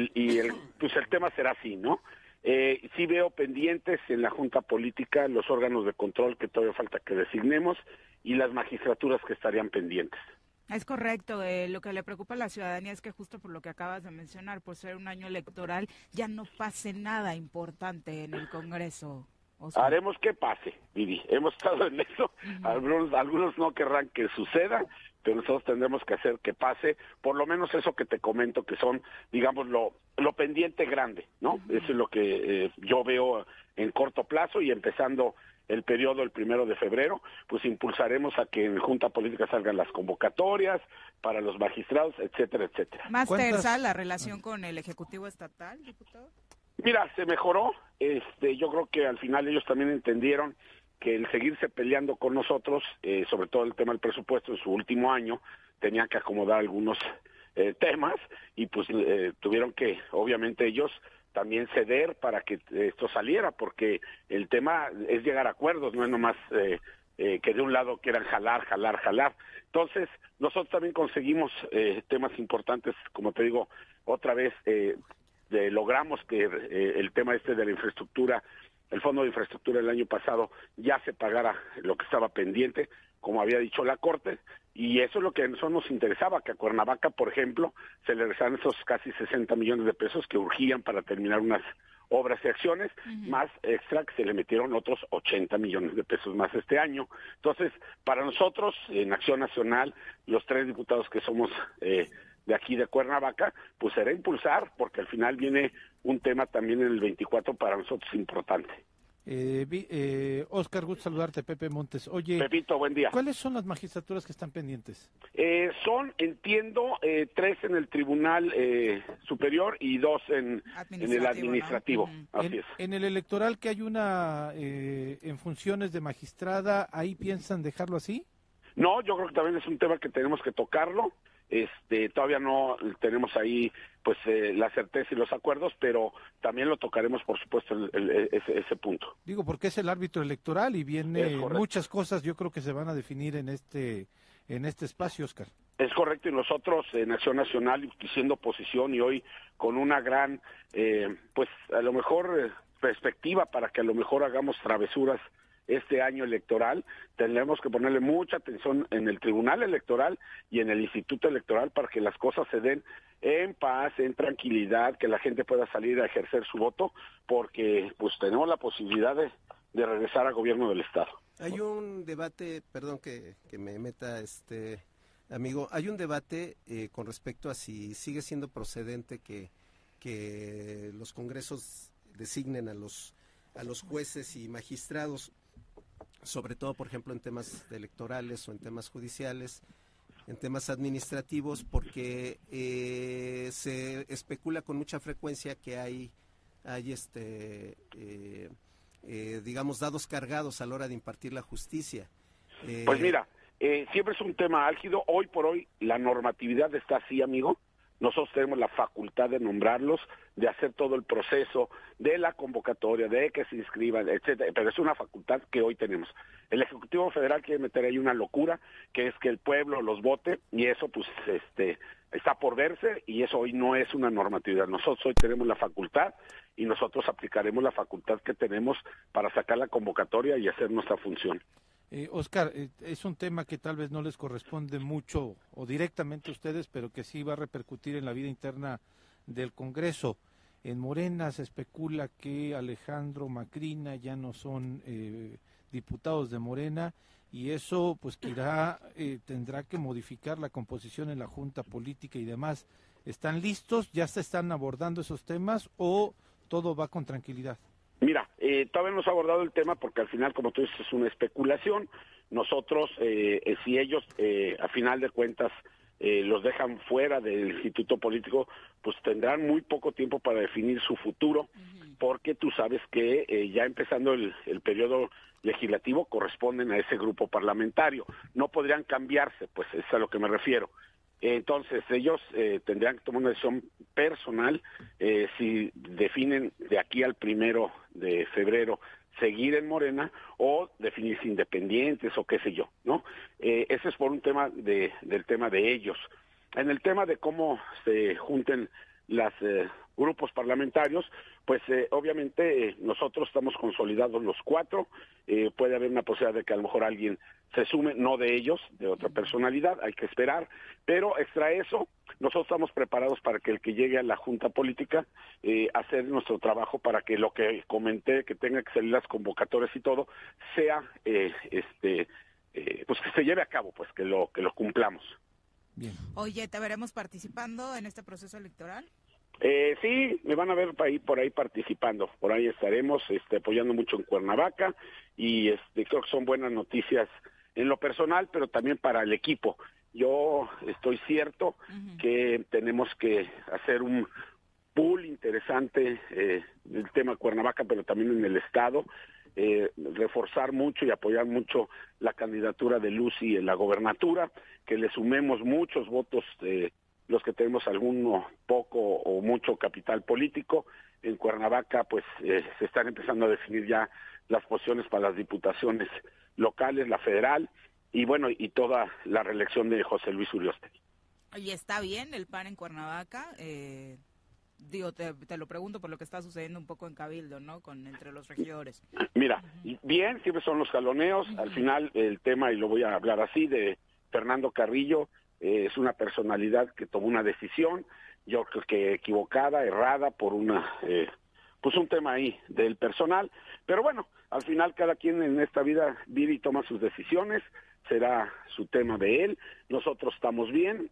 pues el tema será así, ¿no? Sí veo pendientes en la Junta Política los órganos de control que todavía falta que designemos y las magistraturas que estarían pendientes. Es correcto, lo que le preocupa a la ciudadanía es que justo por lo que acabas de mencionar, por ser un año electoral, ya no pase nada importante en el Congreso. Haremos que pase, Vivi, hemos estado en eso, algunos no querrán que suceda, pero nosotros tendremos que hacer que pase, por lo menos eso que te comento, que son, digamos, lo pendiente grande, ¿no? Eso es lo que yo veo en corto plazo y empezando el periodo el 1 de febrero, pues impulsaremos a que en Junta Política salgan las convocatorias para los magistrados, etcétera, etcétera. ¿Más tersa la relación con el Ejecutivo Estatal, diputado? Mira, se mejoró, yo creo que al final ellos también entendieron que el seguirse peleando con nosotros, sobre todo el tema del presupuesto en su último año, tenían que acomodar algunos temas y pues tuvieron que, obviamente ellos, también ceder para que esto saliera, porque el tema es llegar a acuerdos, no es nomás que de un lado quieran jalar. Entonces, nosotros también conseguimos temas importantes, como te digo, otra vez, logramos que el tema de la infraestructura, el Fondo de Infraestructura el año pasado ya se pagara lo que estaba pendiente, como había dicho la Corte, y eso es lo que a nosotros nos interesaba, que a Cuernavaca, por ejemplo, se le regresaran esos casi 60 millones de pesos que urgían para terminar unas obras y acciones, más extra que se le metieron otros 80 millones de pesos más este año. Entonces, para nosotros, en Acción Nacional, los 3 diputados que somos de aquí de Cuernavaca, pues será impulsar, porque al final viene un tema también en el 24 para nosotros importante. Oscar, gusto saludarte, Pepe Montes. Oye, Pepito, buen día. ¿Cuáles son las magistraturas que están pendientes? Son, entiendo, 3 en el Tribunal Superior y 2 en el Administrativo. ¿No? Así es. En el electoral, que hay una en funciones de magistrada, ¿ahí piensan dejarlo así? No, yo creo que también es un tema que tenemos que tocarlo. Todavía no tenemos ahí pues la certeza y los acuerdos, pero también lo tocaremos, por supuesto, ese punto. Digo, porque es el árbitro electoral y viene muchas cosas, yo creo que se van a definir en este espacio, Oscar. Es correcto, y nosotros en Acción Nacional, siendo oposición y hoy con una gran, pues a lo mejor perspectiva para que a lo mejor hagamos travesuras este año electoral, tendremos que ponerle mucha atención en el Tribunal Electoral y en el Instituto Electoral para que las cosas se den en paz, en tranquilidad, que la gente pueda salir a ejercer su voto, porque pues tenemos la posibilidad de regresar al gobierno del Estado. Hay un debate, perdón que me meta, amigo, hay un debate con respecto a si sigue siendo procedente que los congresos designen a los jueces y magistrados, sobre todo, por ejemplo, en temas electorales o en temas judiciales, en temas administrativos, porque se especula con mucha frecuencia que hay digamos, dados cargados a la hora de impartir la justicia. Pues mira, siempre es un tema álgido. Hoy por hoy la normatividad está así, amigo. Nosotros tenemos la facultad de nombrarlos, de hacer todo el proceso de la convocatoria, de que se inscriban, etcétera, pero es una facultad que hoy tenemos. El Ejecutivo Federal quiere meter ahí una locura, que es que el pueblo los vote, y eso pues está por verse, y eso hoy no es una normatividad. Nosotros hoy tenemos la facultad, y nosotros aplicaremos la facultad que tenemos para sacar la convocatoria y hacer nuestra función. Oscar, es un tema que tal vez no les corresponde mucho o directamente a ustedes, pero que sí va a repercutir en la vida interna del Congreso. En Morena se especula que Alejandro Macrina ya no son diputados de Morena, y eso pues tendrá que modificar la composición en la Junta Política y demás. ¿Están listos? ¿Ya se están abordando esos temas o todo va con tranquilidad? Mira, todavía no se ha abordado el tema porque al final, como tú dices, es una especulación. Nosotros, si ellos a final de cuentas los dejan fuera del instituto político, pues tendrán muy poco tiempo para definir su futuro, porque tú sabes que ya empezando el periodo legislativo corresponden a ese grupo parlamentario. No podrían cambiarse, pues es a lo que me refiero. Entonces ellos tendrían que tomar una decisión personal si definen de aquí al 1 de febrero seguir en Morena o definirse independientes o qué sé yo, ¿no? Ese es por un tema del tema de ellos. En el tema de cómo se junten los grupos parlamentarios, pues obviamente nosotros estamos consolidados los 4, puede haber una posibilidad de que a lo mejor alguien se sume, no de ellos, de otra personalidad, hay que esperar, pero extra eso, nosotros estamos preparados para que el que llegue a la Junta Política, hacer nuestro trabajo para que lo que comenté, que tenga que salir las convocatorias y todo, sea, pues que se lleve a cabo, pues que lo cumplamos. Bien. Oye, ¿te veremos participando en este proceso electoral? Sí, me van a ver por ahí participando, por ahí estaremos apoyando mucho en Cuernavaca y creo que son buenas noticias en lo personal, pero también para el equipo. Yo estoy cierto que tenemos que hacer un pool interesante del tema Cuernavaca, pero también en el Estado, reforzar mucho y apoyar mucho la candidatura de Lucy en la gobernatura, que le sumemos muchos votos los que tenemos alguno poco o mucho capital político. En Cuernavaca pues se están empezando a definir ya las posiciones para las diputaciones locales, la federal y bueno, y toda la reelección de José Luis Uriostegui. ¿Y está bien el PAN en Cuernavaca? Digo, te lo pregunto por lo que está sucediendo un poco en Cabildo, ¿no? Entre los regidores. Mira, bien, siempre son los jaloneos. Al final el tema, y lo voy a hablar así, de Fernando Carrillo, es una personalidad que tomó una decisión, yo creo que equivocada, errada, por pues un tema ahí del personal. Pero bueno, al final cada quien en esta vida vive y toma sus decisiones, será su tema de él. Nosotros estamos bien,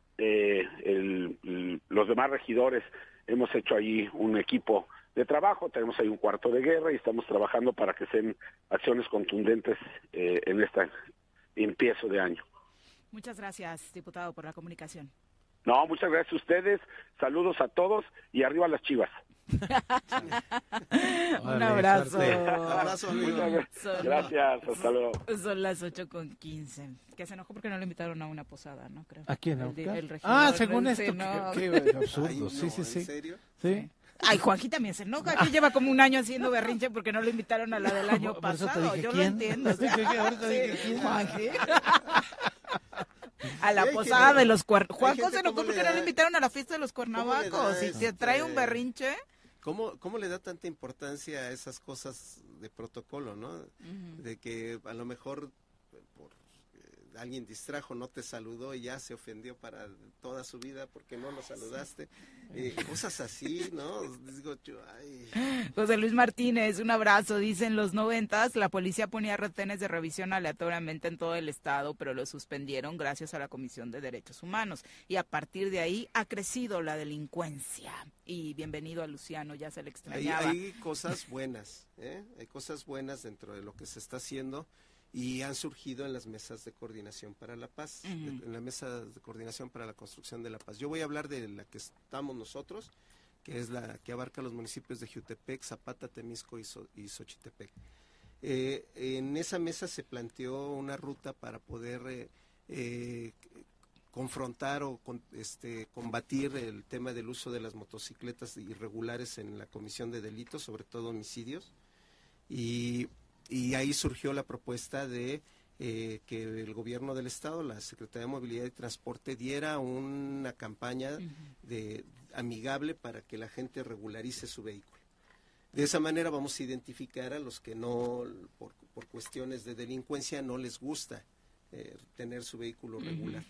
los demás regidores hemos hecho ahí un equipo de trabajo, tenemos ahí un cuarto de guerra y estamos trabajando para que sean acciones contundentes en este empiezo de año. Muchas gracias, diputado, por la comunicación. No, muchas gracias a ustedes, saludos a todos y arriba las Chivas. Un abrazo. Gracias, hasta luego. Son las 8:15. Que se enojó porque no le invitaron a una posada, ¿no? Creo. ¿A quién? El regidor, según esto, no. qué absurdo. Ay, no, sí. ¿en serio? Sí. Ay, Juanji también se enoja, que lleva como un año haciendo berrinche porque no lo invitaron a la del año pasado. Yo ¿quién? lo entiendo. O sea, Ahorita dije, ¿quién? Juanji. A la posada de los Juanjo se enojó porque no le invitaron a la fiesta de los Cuernavacos. Si te trae un berrinche. ¿Cómo le da tanta importancia a esas cosas de protocolo, no? De que a lo mejor alguien distrajo, no te saludó y ya se ofendió para toda su vida porque no lo saludaste. Cosas así, ¿no? Digo yo, ay. José Luis Martínez, un abrazo. Dice, en los 90s la policía ponía retenes de revisión aleatoriamente en todo el estado, pero lo suspendieron gracias a la Comisión de Derechos Humanos. Y a partir de ahí ha crecido la delincuencia. Y bienvenido a Luciano, ya se le extrañaba. Hay cosas buenas, hay cosas buenas dentro de lo que se está haciendo. Y han surgido en las mesas de coordinación para la paz, en la mesa de coordinación para la construcción de la paz. Yo voy a hablar de la que estamos nosotros, que es la que abarca los municipios de Jiutepec, Zapata, Temisco y Xochitepec. En esa mesa se planteó una ruta para poder confrontar o combatir el tema del uso de las motocicletas irregulares en la comisión de delitos, sobre todo homicidios, y ahí surgió la propuesta de que el gobierno del estado, la Secretaría de Movilidad y Transporte, diera una campaña amigable para que la gente regularice su vehículo. De esa manera vamos a identificar a los que no, por cuestiones de delincuencia, no les gusta tener su vehículo regular.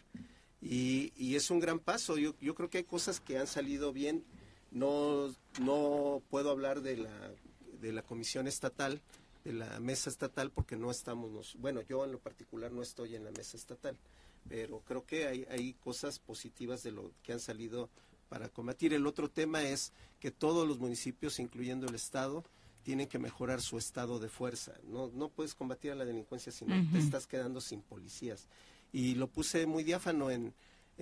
Y es un gran paso. Yo creo que hay cosas que han salido bien. No puedo hablar de la comisión estatal, de la mesa estatal, porque no estamos, yo en lo particular no estoy en la mesa estatal, pero creo que hay cosas positivas de lo que han salido para combatir. El otro tema es que todos los municipios, incluyendo el estado, tienen que mejorar su estado de fuerza. No puedes combatir a la delincuencia si no te estás quedando sin policías. Y lo puse muy diáfano, en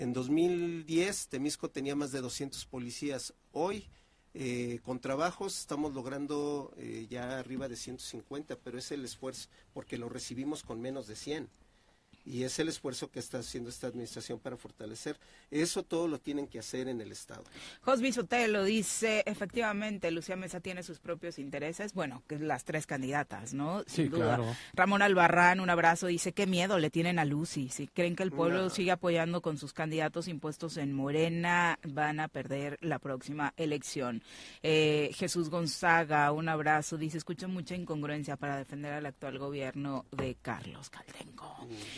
2010 Temisco tenía más de 200 policías. Hoy, con trabajos, estamos logrando ya arriba de 150, pero es el esfuerzo, porque lo recibimos con menos de 100. Y es el esfuerzo que está haciendo esta administración para fortalecer. Eso todo lo tienen que hacer en el estado. Josby Sotelo dice, efectivamente, Lucía Mesa tiene sus propios intereses, que las tres candidatas, ¿no? Sin duda. Claro. Ramón Albarrán, un abrazo, dice, qué miedo le tienen a Lucy. Si creen que el pueblo sigue apoyando con sus candidatos impuestos en Morena, van a perder la próxima elección. Jesús Gonzaga, un abrazo, dice, escucho mucha incongruencia para defender al actual gobierno de Carlos Caltenco.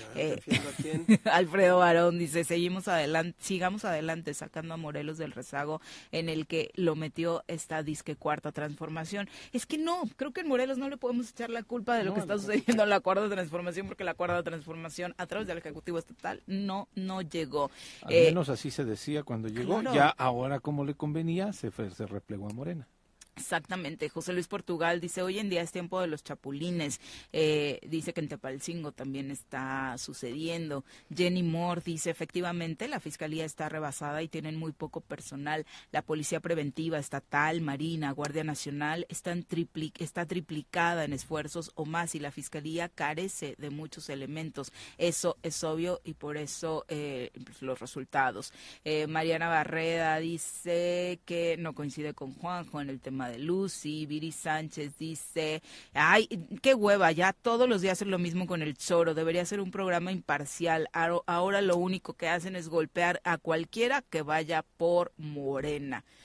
Alfredo Barón dice, sigamos adelante sacando a Morelos del rezago en el que lo metió esta disque cuarta transformación. Es que no, creo que en Morelos no le podemos echar la culpa de lo que está sucediendo en la cuarta transformación, porque la cuarta transformación a través del Ejecutivo Estatal no llegó. Al menos así se decía cuando llegó, claro. Ya ahora como le convenía se replegó a Morena. Exactamente. José Luis Portugal dice, hoy en día es tiempo de los chapulines. Dice que en Tepalcingo también está sucediendo. Jenny Moore dice, efectivamente, la fiscalía está rebasada y tienen muy poco personal. La policía preventiva estatal, Marina, Guardia Nacional está triplicada en esfuerzos o más, y la fiscalía carece de muchos elementos. Eso es obvio y por eso los resultados. Mariana Barreda dice que no coincide con Juanjo en el tema de Lucy. Viri Sánchez dice, ay, qué hueva, ya todos los días es lo mismo con el Choro, debería ser un programa imparcial. Ahora lo único que hacen es golpear a cualquiera que vaya por Morena.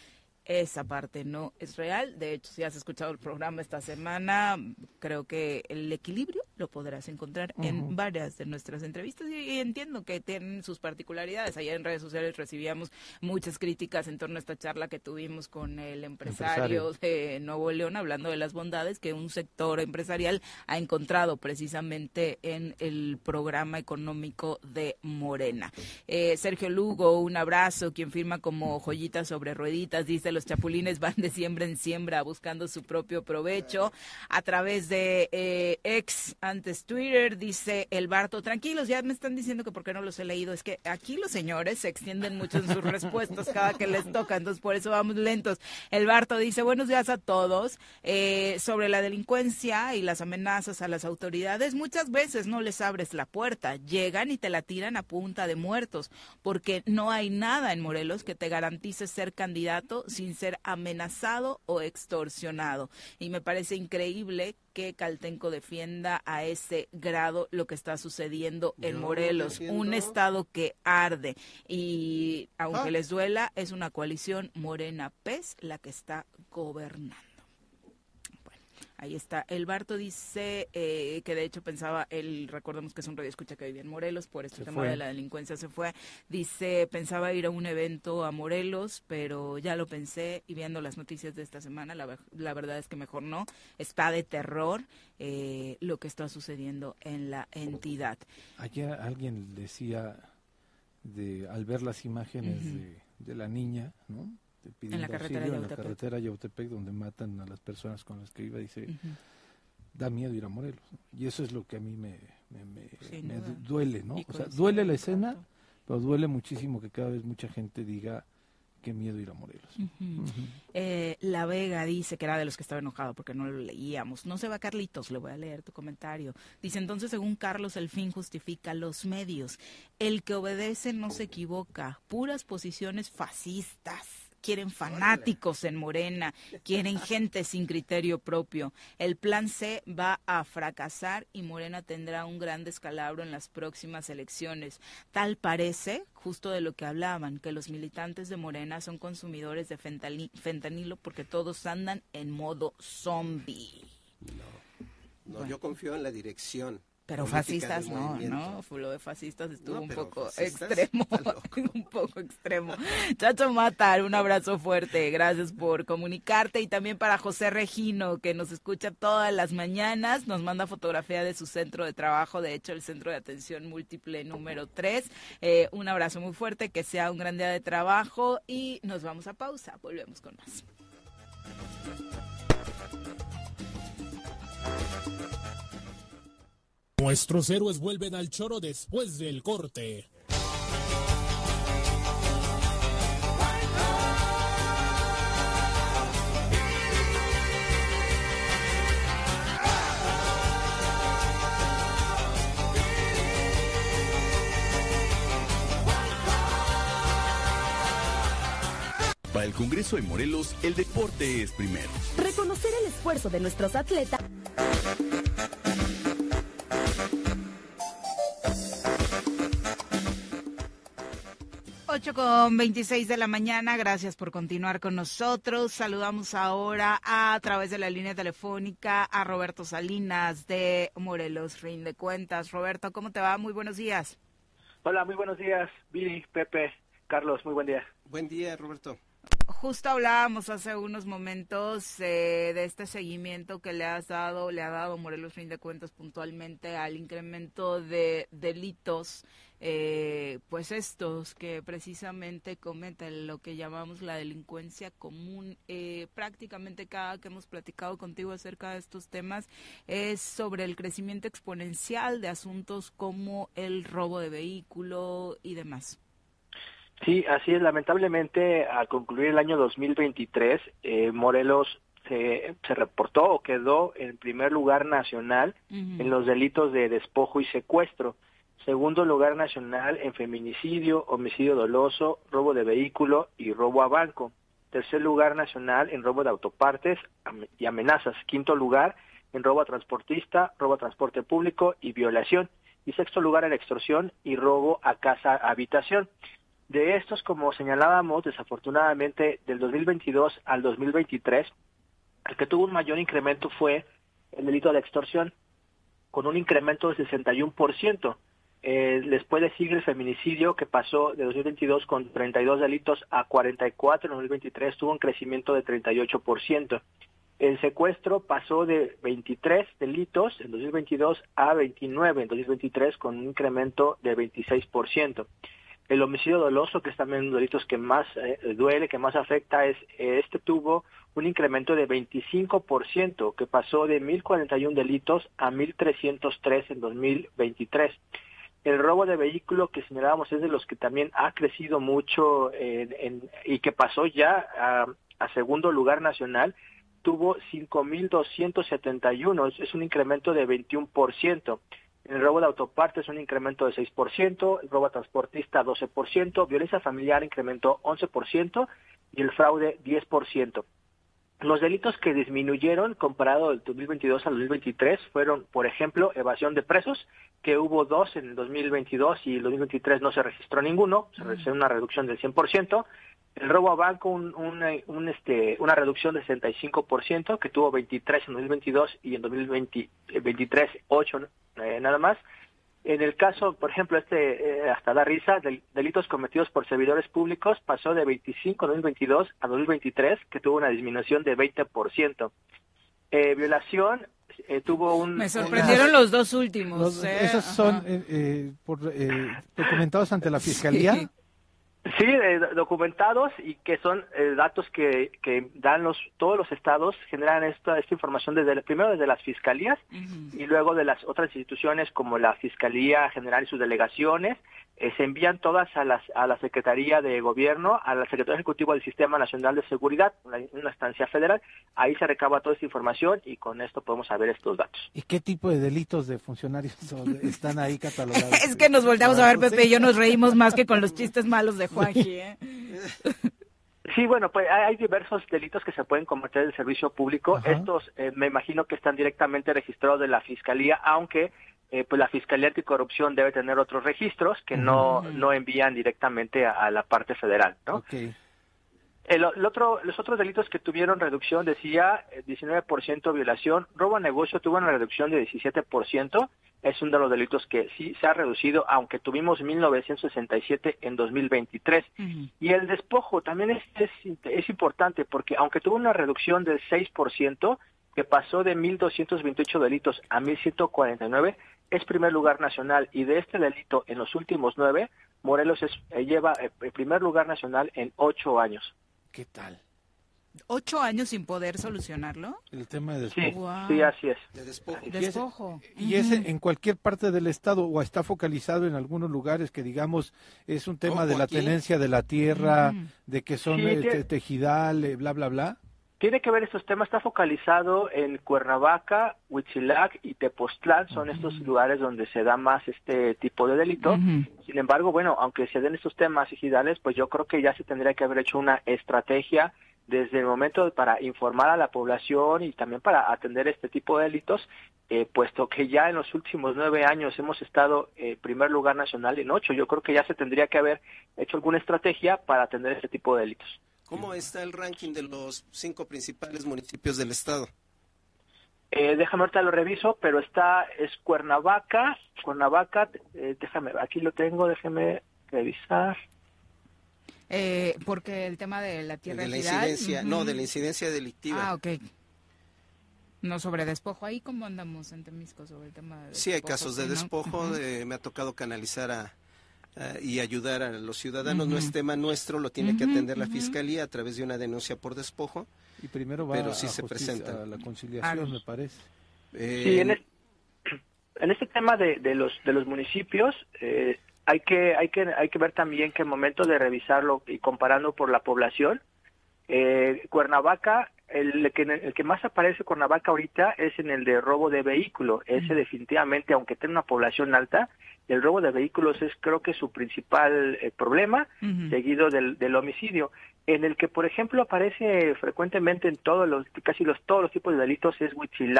Esa parte no es real. De hecho, si has escuchado el programa esta semana, creo que el equilibrio lo podrás encontrar en varias de nuestras entrevistas y entiendo que tienen sus particularidades. Ayer en redes sociales recibíamos muchas críticas en torno a esta charla que tuvimos con el empresario de Nuevo León, hablando de las bondades que un sector empresarial ha encontrado precisamente en el programa económico de Morena. Sergio Lugo, un abrazo, quien firma como joyitas sobre rueditas, dice: los chapulines van de siembra en siembra buscando su propio provecho. A través de ex, antes Twitter, dice el Barto: tranquilos, ya me están diciendo que por qué no los he leído. Es que aquí los señores se extienden mucho en sus respuestas cada que les toca, entonces por eso vamos lentos. El Barto dice: buenos días a todos. Sobre la delincuencia y las amenazas a las autoridades, muchas veces no les abres la puerta, llegan y te la tiran a punta de muertos, porque no hay nada en Morelos que te garantice ser candidato sin ser amenazado o extorsionado. Y me parece increíble que Caltenco defienda a ese grado lo que está sucediendo en Morelos, un estado que arde, y aunque les duela, es una coalición Morena-PES la que está gobernando. Ahí está. El Barto dice que de hecho pensaba, recordemos que es un radioescucha que vivía en Morelos, por este tema de la delincuencia se fue. Dice, pensaba ir a un evento a Morelos, pero ya lo pensé y viendo las noticias de esta semana, la verdad es que mejor no. Está de terror lo que está sucediendo en la entidad. Ayer alguien decía, al ver las imágenes de la niña, ¿no?, en la carretera auxilio, en la carretera Yautepec, donde matan a las personas con las que iba, dice, da miedo ir a Morelos, ¿no? Y eso es lo que a mí me duele, ¿no? O sea, duele la escena, pero duele muchísimo que cada vez mucha gente diga qué miedo ir a Morelos. La Vega dice que era de los que estaba enojado porque no lo leíamos. No se va, Carlitos, le voy a leer tu comentario. Dice: entonces, según Carlos, el fin justifica los medios. El que obedece no se equivoca. Puras posiciones fascistas. Quieren fanáticos en Morena, quieren gente sin criterio propio. El plan C va a fracasar y Morena tendrá un gran descalabro en las próximas elecciones. Tal parece, justo de lo que hablaban, que los militantes de Morena son consumidores de fentanilo porque todos andan en modo zombie. No, yo confío en la dirección. Pero fascistas no, lo de fascistas estuvo un poco extremo, un poco extremo. Chacho Matar, un abrazo fuerte, gracias por comunicarte. Y también para José Regino, que nos escucha todas las mañanas, nos manda fotografía de su centro de trabajo, de hecho el Centro de Atención Múltiple número 3. Un abrazo muy fuerte, que sea un gran día de trabajo y nos vamos a pausa, volvemos con más. Nuestros héroes vuelven al choro después del corte. Para el Congreso de Morelos, el deporte es primero. Reconocer el esfuerzo de nuestros atletas. 8:26 de la mañana, gracias por continuar con nosotros. Saludamos ahora a través de la línea telefónica a Roberto Salinas de Morelos Fin de Cuentas. Roberto, ¿cómo te va? Muy buenos días. Hola, muy buenos días, Viri, Pepe, Carlos, muy buen día. Buen día, Roberto. Justo hablábamos hace unos momentos de este seguimiento que le ha dado Morelos Fin de Cuentas puntualmente al incremento de delitos, pues estos que precisamente cometen lo que llamamos la delincuencia común. Prácticamente cada que hemos platicado contigo acerca de estos temas es sobre el crecimiento exponencial de asuntos como el robo de vehículo y demás. Sí, así es. Lamentablemente, al concluir el año 2023, Morelos se reportó o quedó en primer lugar nacional en los delitos de despojo y secuestro, segundo lugar nacional en feminicidio, homicidio doloso, robo de vehículo y robo a banco, tercer lugar nacional en robo de autopartes y amenazas, quinto lugar en robo a transportista, robo a transporte público y violación, y sexto lugar en extorsión y robo a casa-habitación. De estos, como señalábamos, desafortunadamente, del 2022 al 2023, el que tuvo un mayor incremento fue el delito de extorsión, con un incremento de 61%. Después le sigue el feminicidio, que pasó de 2022 con 32 delitos a 44, en 2023 tuvo un crecimiento de 38%. El secuestro pasó de 23 delitos en 2022 a 29 en 2023, con un incremento de 26%. El homicidio doloso, que es también uno de los delitos que más duele, que más afecta, tuvo un incremento de 25%, que pasó de 1.041 delitos a 1.303 en 2023. El robo de vehículo, que señalábamos, es de los que también ha crecido mucho y que pasó ya a segundo lugar nacional, tuvo 5.271, es un incremento de 21%. El robo de autopartes un incremento de 6%, el robo a transportista 12%, violencia familiar incrementó 11% y el fraude 10%. Los delitos que disminuyeron comparado del 2022 al 2023 fueron, por ejemplo, evasión de presos, que hubo 2 en el 2022 y el 2023 no se registró ninguno, se registró una reducción del 100%. El robo a banco, una reducción de 65%, que tuvo 23 en 2022 y en 2023 8 nada más. En el caso, por ejemplo, hasta da risa, delitos cometidos por servidores públicos pasó de 25 en 2022 a 2023, que tuvo una disminución de 20%. Violación tuvo un... Me sorprendieron los dos últimos. ¿Esos son documentados ante la Fiscalía? Sí, documentados, y que son datos que dan todos los estados, generan esta información primero desde las fiscalías y luego de las otras instituciones como la Fiscalía General y sus delegaciones. Se envían todas a la Secretaría de Gobierno, a la Secretaría Ejecutiva del Sistema Nacional de Seguridad, una instancia federal. Ahí se recaba toda esta información y con esto podemos saber estos datos. ¿Y qué tipo de delitos de funcionarios están ahí catalogados? Es que nos volteamos a ver, Pepe y yo nos reímos más que con los chistes malos de Juanji, ¿eh? Sí, bueno, pues hay diversos delitos que se pueden cometer en el servicio público. Ajá. Estos me imagino que están directamente registrados de la Fiscalía, aunque pues la Fiscalía Anticorrupción debe tener otros registros que no envían directamente a la parte federal, ¿no? Okay. Los otros delitos que tuvieron reducción, decía, 19% violación, robo a negocio tuvo una reducción de 17%, es uno de los delitos que sí se ha reducido, aunque tuvimos 1.967 en 2023. Y el despojo también es importante, porque aunque tuvo una reducción del 6%, que pasó de 1.228 delitos a 1.149, es primer lugar nacional, y de este delito en los últimos 9, Morelos lleva el primer lugar nacional en 8 años. ¿Qué tal? 8 años sin poder solucionarlo. El tema de despojo. Sí, wow. Sí, así es. De despojo. Despojo. ¿Y ese en cualquier parte del estado o está focalizado en algunos lugares que digamos es un tema de la tenencia de la tierra, de que son tejidal, bla, bla, bla? Tiene que ver estos temas, está focalizado en Cuernavaca, Huitzilac y Tepoztlán, son estos lugares donde se da más este tipo de delito. Sin embargo, bueno, aunque se den estos temas ejidales, pues yo creo que ya se tendría que haber hecho una estrategia desde el momento para informar a la población y también para atender este tipo de delitos, puesto que ya en los últimos 9 años hemos estado en primer lugar nacional en 8. Yo creo que ya se tendría que haber hecho alguna estrategia para atender este tipo de delitos. ¿Cómo está el ranking de los 5 principales municipios del estado? Déjame ahorita lo reviso, pero es Cuernavaca, déjame, aquí lo tengo, déjeme revisar. Porque el tema de la tierra de la incidencia, no, de la incidencia delictiva. Ah, ok. No, sobre despojo, ¿ahí cómo andamos en Temisco sobre el tema de despojo? Sí, hay casos de despojo, me ha tocado canalizar y ayudar a los ciudadanos, no es tema nuestro, lo tiene que atender la Fiscalía a través de una denuncia por despojo. Y primero va pero sí se presenta a la conciliación, me parece. Sí, en este tema de los municipios, hay que ver también que el momento de revisarlo y comparando por la población, Cuernavaca, el que más aparece Cuernavaca ahorita es en el de robo de vehículo. Ese definitivamente, aunque tiene una población alta, el robo de vehículos es creo que su principal problema, seguido del homicidio. En el que, por ejemplo, aparece frecuentemente en todos los tipos de delitos es Huitzilac,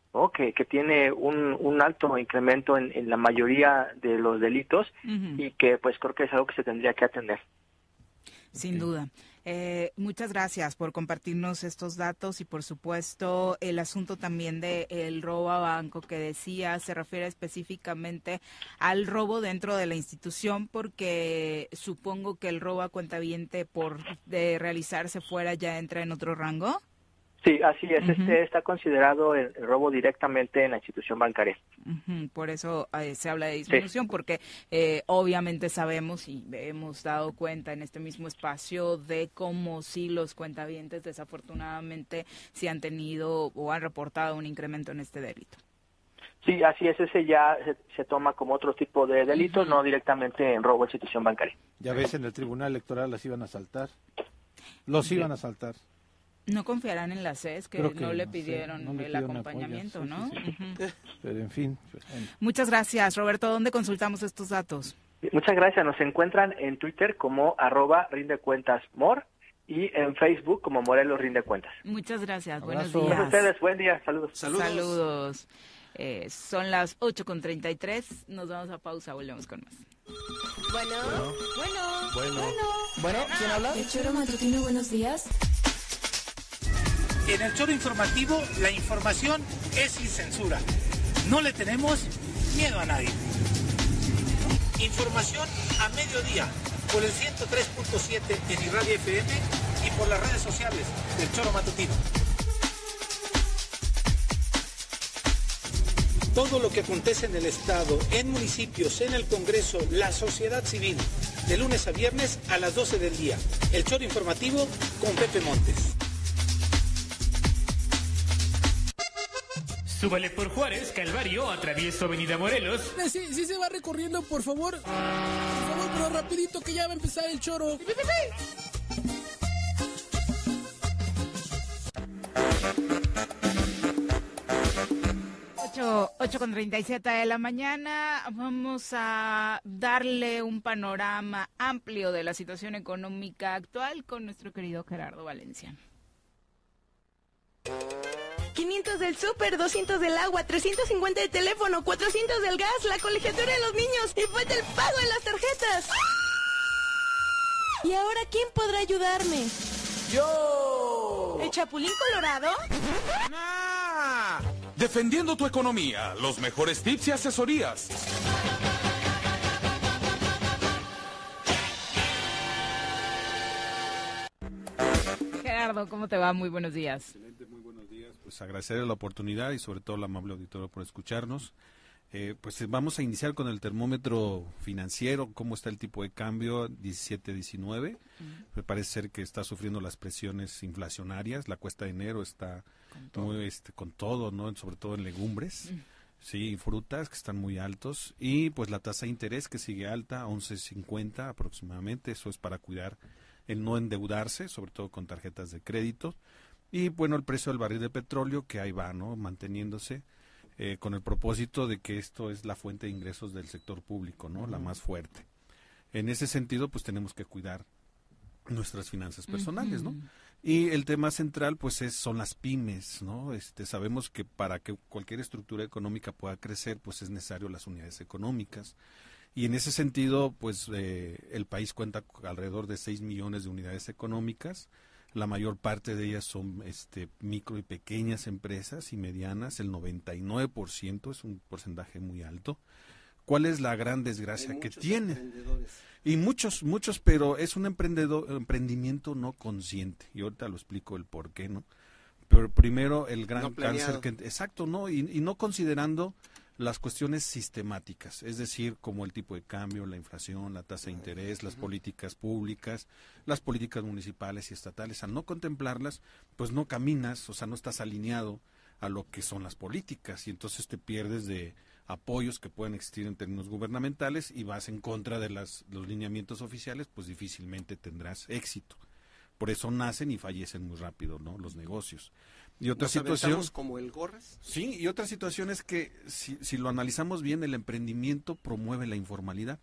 ¿no? Que tiene un alto incremento en la mayoría de los delitos y que pues creo que es algo que se tendría que atender. Sin duda. Muchas gracias por compartirnos estos datos y por supuesto el asunto también del robo a banco que decía se refiere específicamente al robo dentro de la institución, porque supongo que el robo a cuentaviente de realizarse fuera ya entra en otro rango. Sí, así es. Está considerado el robo directamente en la institución bancaria. Por eso se habla de disminución, porque obviamente sabemos y hemos dado cuenta en este mismo espacio de cómo sí los cuentavientes desafortunadamente sí han tenido o han reportado un incremento en este delito. Sí, así es. Ese ya se toma como otro tipo de delito, no directamente en robo a institución bancaria. Ya ves, en el Tribunal Electoral las iban a asaltar. Los iban a asaltar. No confiarán en la CES, que no le pidieron el acompañamiento, apoyo, ¿no? Sí. Pero en fin. Bueno. Muchas gracias, Roberto. ¿Dónde consultamos estos datos? Muchas gracias. Nos encuentran en Twitter como @rindecuentasmor y en Facebook como Morelos Rinde Cuentas. Muchas gracias. Abrazo. Buenos días. Gracias a ustedes. Buen día. Saludos. Saludos. Son las 8:33. Nos vamos a pausa. Volvemos con más. Bueno, ¿quién habla? El Choro Matutino, buenos días. En el Choro Informativo, la información es sin censura. No le tenemos miedo a nadie. Información a mediodía, por el 103.7 en Irradia FM y por las redes sociales del Choro Matutino. Todo lo que acontece en el Estado, en municipios, en el Congreso, la sociedad civil, de lunes a viernes a las 12 del día. El Choro Informativo con Pepe Montes. Súbale por Juárez, Calvario, atravieso Avenida Morelos. Sí se va recorriendo, por favor. Por favor, pero rapidito que ya va a empezar el choro. 8:37 de la mañana. Vamos a darle un panorama amplio de la situación económica actual con nuestro querido Gerardo Valencia. 500 del súper, 200 del agua, 350 de teléfono, 400 del gas, la colegiatura de los niños y falta el pago de las tarjetas. ¿Y ahora quién podrá ayudarme? ¡Yo! ¿El Chapulín Colorado? ¡Nah! Defendiendo tu economía, los mejores tips y asesorías. Gerardo, ¿cómo te va? Muy buenos días. Excelente, muy buenos días. Pues agradecerle la oportunidad y sobre todo al amable auditorio por escucharnos. Pues vamos a iniciar con el termómetro financiero, cómo está el tipo de cambio 17-19. Me parece ser que está sufriendo las presiones inflacionarias, la cuesta de enero está con todo, ¿no? Sobre todo en legumbres, sí, y frutas que están muy altos, y pues la tasa de interés que sigue alta, 11.50 aproximadamente. Eso es para cuidar el no endeudarse, sobre todo con tarjetas de crédito. Y bueno, el precio del barril de petróleo que ahí va, ¿no? Manteniéndose. Con el propósito de que esto es la fuente de ingresos del sector público, ¿no? La más fuerte. En ese sentido, pues tenemos que cuidar nuestras finanzas personales, ¿no? Y el tema central, pues son las pymes, ¿no? Sabemos que para que cualquier estructura económica pueda crecer, pues es necesario las unidades económicas. Y en ese sentido, pues el país cuenta con alrededor de 6 millones de unidades económicas. La mayor parte de ellas son micro y pequeñas empresas y medianas, el 99% es un porcentaje muy alto. ¿Cuál es la gran desgracia que tiene? Y muchos, pero es un emprendimiento no consciente. Y ahorita lo explico el por qué, ¿no? Pero primero el gran cáncer que... Exacto, ¿no? Y no considerando las cuestiones sistemáticas, es decir, como el tipo de cambio, la inflación, la tasa de interés, las políticas públicas, las políticas municipales y estatales. Al no contemplarlas, pues no caminas, o sea, no estás alineado a lo que son las políticas y entonces te pierdes de apoyos que pueden existir en términos gubernamentales y vas en contra de los lineamientos oficiales, pues difícilmente tendrás éxito. Por eso nacen y fallecen muy rápido, ¿no? Los negocios. Y otra situación como el Gorras. Sí, y otra situación es que si lo analizamos bien, el emprendimiento promueve la informalidad.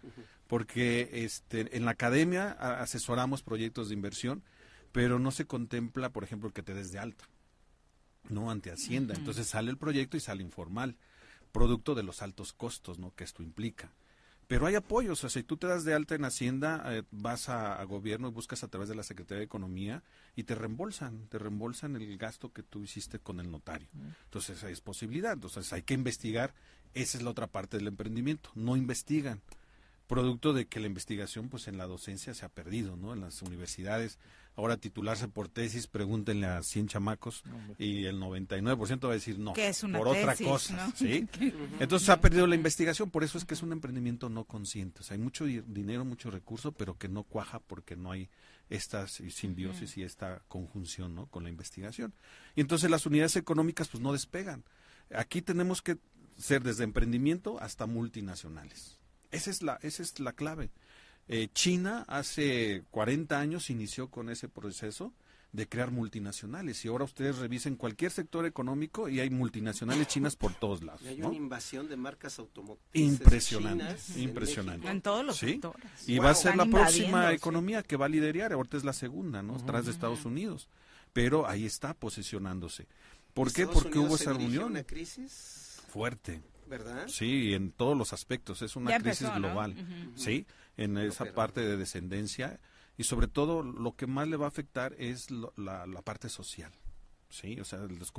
Porque en la academia asesoramos proyectos de inversión, pero no se contempla, por ejemplo, que te des de alta. ¿no? Ante Hacienda. Entonces sale el proyecto y sale informal, producto de los altos costos, ¿no? Que esto implica. Pero hay apoyos, o sea, si tú te das de alta en Hacienda, vas a gobierno y buscas a través de la Secretaría de Economía y te reembolsan el gasto que tú hiciste con el notario. Entonces es posibilidad, entonces hay que investigar, esa es la otra parte del emprendimiento, no investigan, producto de que la investigación pues en la docencia se ha perdido, ¿no? En las universidades, ahora titularse por tesis, pregúntenle a 100 chamacos y el 99% va a decir no, es una por tesis, otra cosa, ¿no? ¿sí? Entonces se ha perdido la investigación, por eso es que es un emprendimiento no consciente, o sea, hay mucho dinero, mucho recurso, pero que no cuaja porque no hay esta simbiosis y esta conjunción, ¿no? Con la investigación. Y entonces las unidades económicas pues no despegan. Aquí tenemos que ser desde emprendimiento hasta multinacionales. Esa es la clave. China hace 40 años inició con ese proceso de crear multinacionales y ahora ustedes revisen cualquier sector económico y hay multinacionales chinas por todos lados. Y hay ¿no? una invasión de marcas automotrices impresionante, chinas impresionante. En todos los ¿sí? sectores. Y va a ser la próxima economía que va a liderar, ahorita es la segunda, ¿no? Tras de Estados Unidos, pero ahí está posicionándose. ¿Por qué? Porque hubo esa reunión. ¿Una crisis? Fuerte. ¿Verdad? Sí, en todos los aspectos, es una crisis global, ¿no? Sí, en esa parte de descendencia y sobre todo lo que más le va a afectar es la parte social, ¿sí? O sea,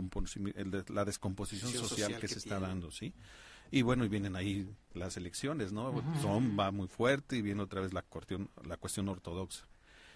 la descomposición social que se está dando, ¿sí? Y bueno, y vienen ahí las elecciones, ¿no? Trump va muy fuerte y viene otra vez la cuestión ortodoxa.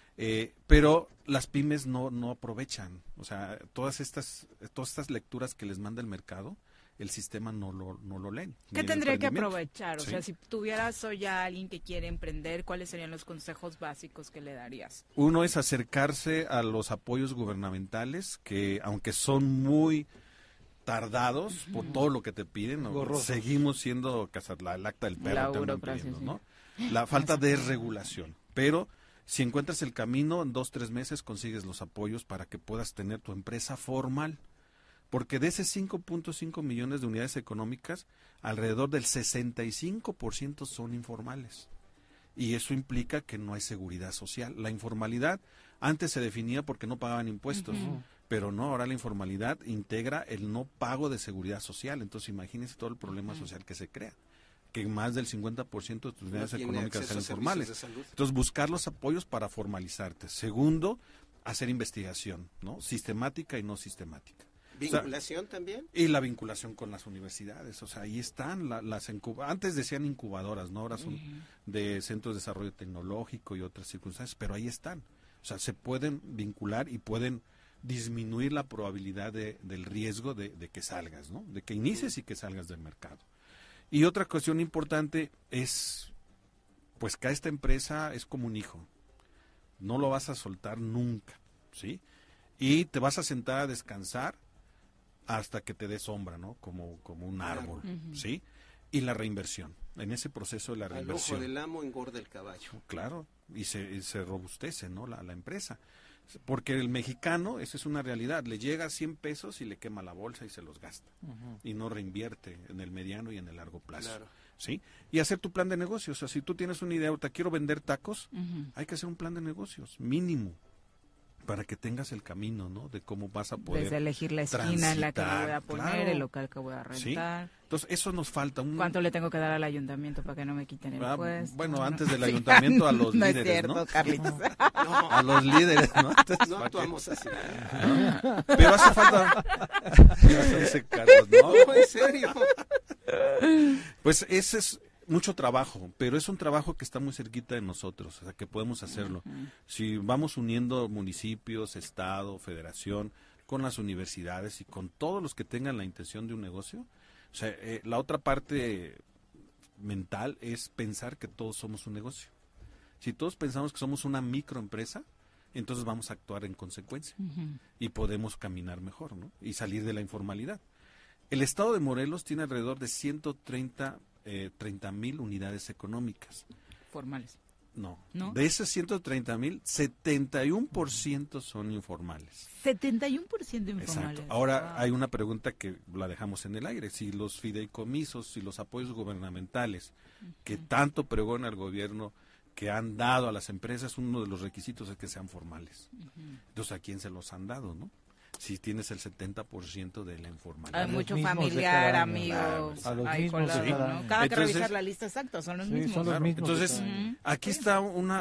Pero las pymes no aprovechan, o sea, todas estas lecturas que les manda el mercado, el sistema no lo leen. ¿Qué tendría que aprovechar? O sea, si tuvieras hoy a alguien que quiere emprender, ¿cuáles serían los consejos básicos que le darías? Uno es acercarse a los apoyos gubernamentales, que aunque son muy tardados por todo lo que te piden, ¿no? Seguimos siendo el acta del perro, ¿no? La falta de regulación, pero si encuentras el camino, en 2-3 meses consigues los apoyos para que puedas tener tu empresa formal. Porque de esos 5.5 millones de unidades económicas, alrededor del 65% son informales. Y eso implica que no hay seguridad social. La informalidad antes se definía porque no pagaban impuestos, pero no, ahora la informalidad integra el no pago de seguridad social. Entonces imagínense todo el problema social que se crea, que más del 50% de tus unidades económicas son informales. Entonces buscar los apoyos para formalizarte. Segundo, hacer investigación, ¿no? Sistemática y no sistemática. ¿Vinculación también? Y la vinculación con las universidades, o sea, ahí están antes decían incubadoras, ¿no? Ahora son de centros de desarrollo tecnológico y otras circunstancias, pero ahí están, o sea, se pueden vincular y pueden disminuir la probabilidad del riesgo de que salgas, ¿no? De que inicies y que salgas del mercado. Y otra cuestión importante es, pues que a esta empresa es como un hijo, no lo vas a soltar nunca, ¿sí? Y te vas a sentar a descansar hasta que te dé sombra, ¿no? Como un árbol, ¿sí? Y la reinversión, en ese proceso de la reinversión. Al ojo del amo engorda el caballo. Claro, y se robustece, ¿no? La empresa. Porque el mexicano, esa es una realidad, le llega 100 pesos y le quema la bolsa y se los gasta. Y no reinvierte en el mediano y en el largo plazo. Claro. ¿Sí? Y hacer tu plan de negocios. O sea, si tú tienes una idea, te quiero vender tacos, hay que hacer un plan de negocios, mínimo, para que tengas el camino, ¿no? De cómo vas a poder desde elegir la esquina en la que me voy a poner, el local que voy a rentar. ¿Sí? Entonces, eso nos falta. ¿Cuánto le tengo que dar al ayuntamiento para que no me quiten el puesto? Bueno, antes del ayuntamiento a los líderes, es cierto, ¿no? Carlitos. No, a los líderes, ¿no? Entonces, no actuamos así. ¿No? Pero hace falta... Carlos, no, en serio. Pues ese es mucho trabajo, pero es un trabajo que está muy cerquita de nosotros, o sea, que podemos hacerlo. Si vamos uniendo municipios, estado, federación, con las universidades y con todos los que tengan la intención de un negocio, o sea, la otra parte mental es pensar que todos somos un negocio. Si todos pensamos que somos una microempresa, entonces vamos a actuar en consecuencia y podemos caminar mejor, ¿no? Y salir de la informalidad. El estado de Morelos tiene alrededor de 30,000 unidades económicas. Formales. No. De esas 130,000, 71% son informales. 71% informales. Exacto. Ahora hay una pregunta que la dejamos en el aire. Si los fideicomisos, si los apoyos gubernamentales que tanto pregona el gobierno que han dado a las empresas, uno de los requisitos es que sean formales. Entonces, ¿a quién se los han dado, no? si tienes el 70% de la informalidad. Hay mucho familiar, amigos. A los ahí mismos colado, de cada ¿no? año. Cada que revisar la lista exacta, son los mismos. Son los mismos. Entonces, aquí está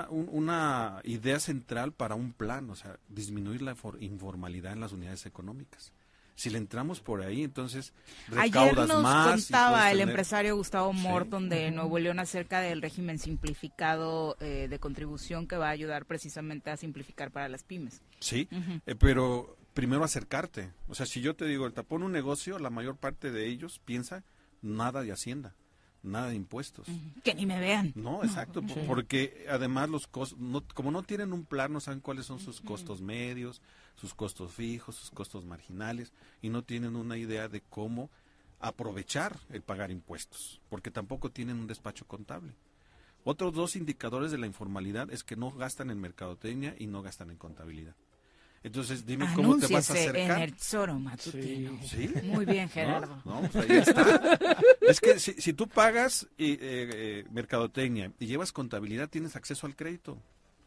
una idea central para un plan, o sea, disminuir la informalidad en las unidades económicas. Si le entramos por ahí, entonces recaudas ayer nos más. Contaba el empresario Gustavo Morton de Nuevo León acerca del régimen simplificado de contribución que va a ayudar precisamente a simplificar para las pymes. Sí, pero primero acercarte. O sea, si yo te digo, pon un negocio, la mayor parte de ellos piensa nada de Hacienda, nada de impuestos. Que ni me vean. No, exacto, porque además los costos, como no tienen un plan, no saben cuáles son sus costos medios, sus costos fijos, sus costos marginales, y no tienen una idea de cómo aprovechar el pagar impuestos, porque tampoco tienen un despacho contable. Otros dos indicadores de la informalidad es que no gastan en mercadotecnia y no gastan en contabilidad. Entonces, dime cómo te vas a acercar. En el Tesoro Matutino. ¿Sí? Muy bien, Gerardo. No, pues ahí está. Es que si tú pagas mercadotecnia y llevas contabilidad, tienes acceso al crédito,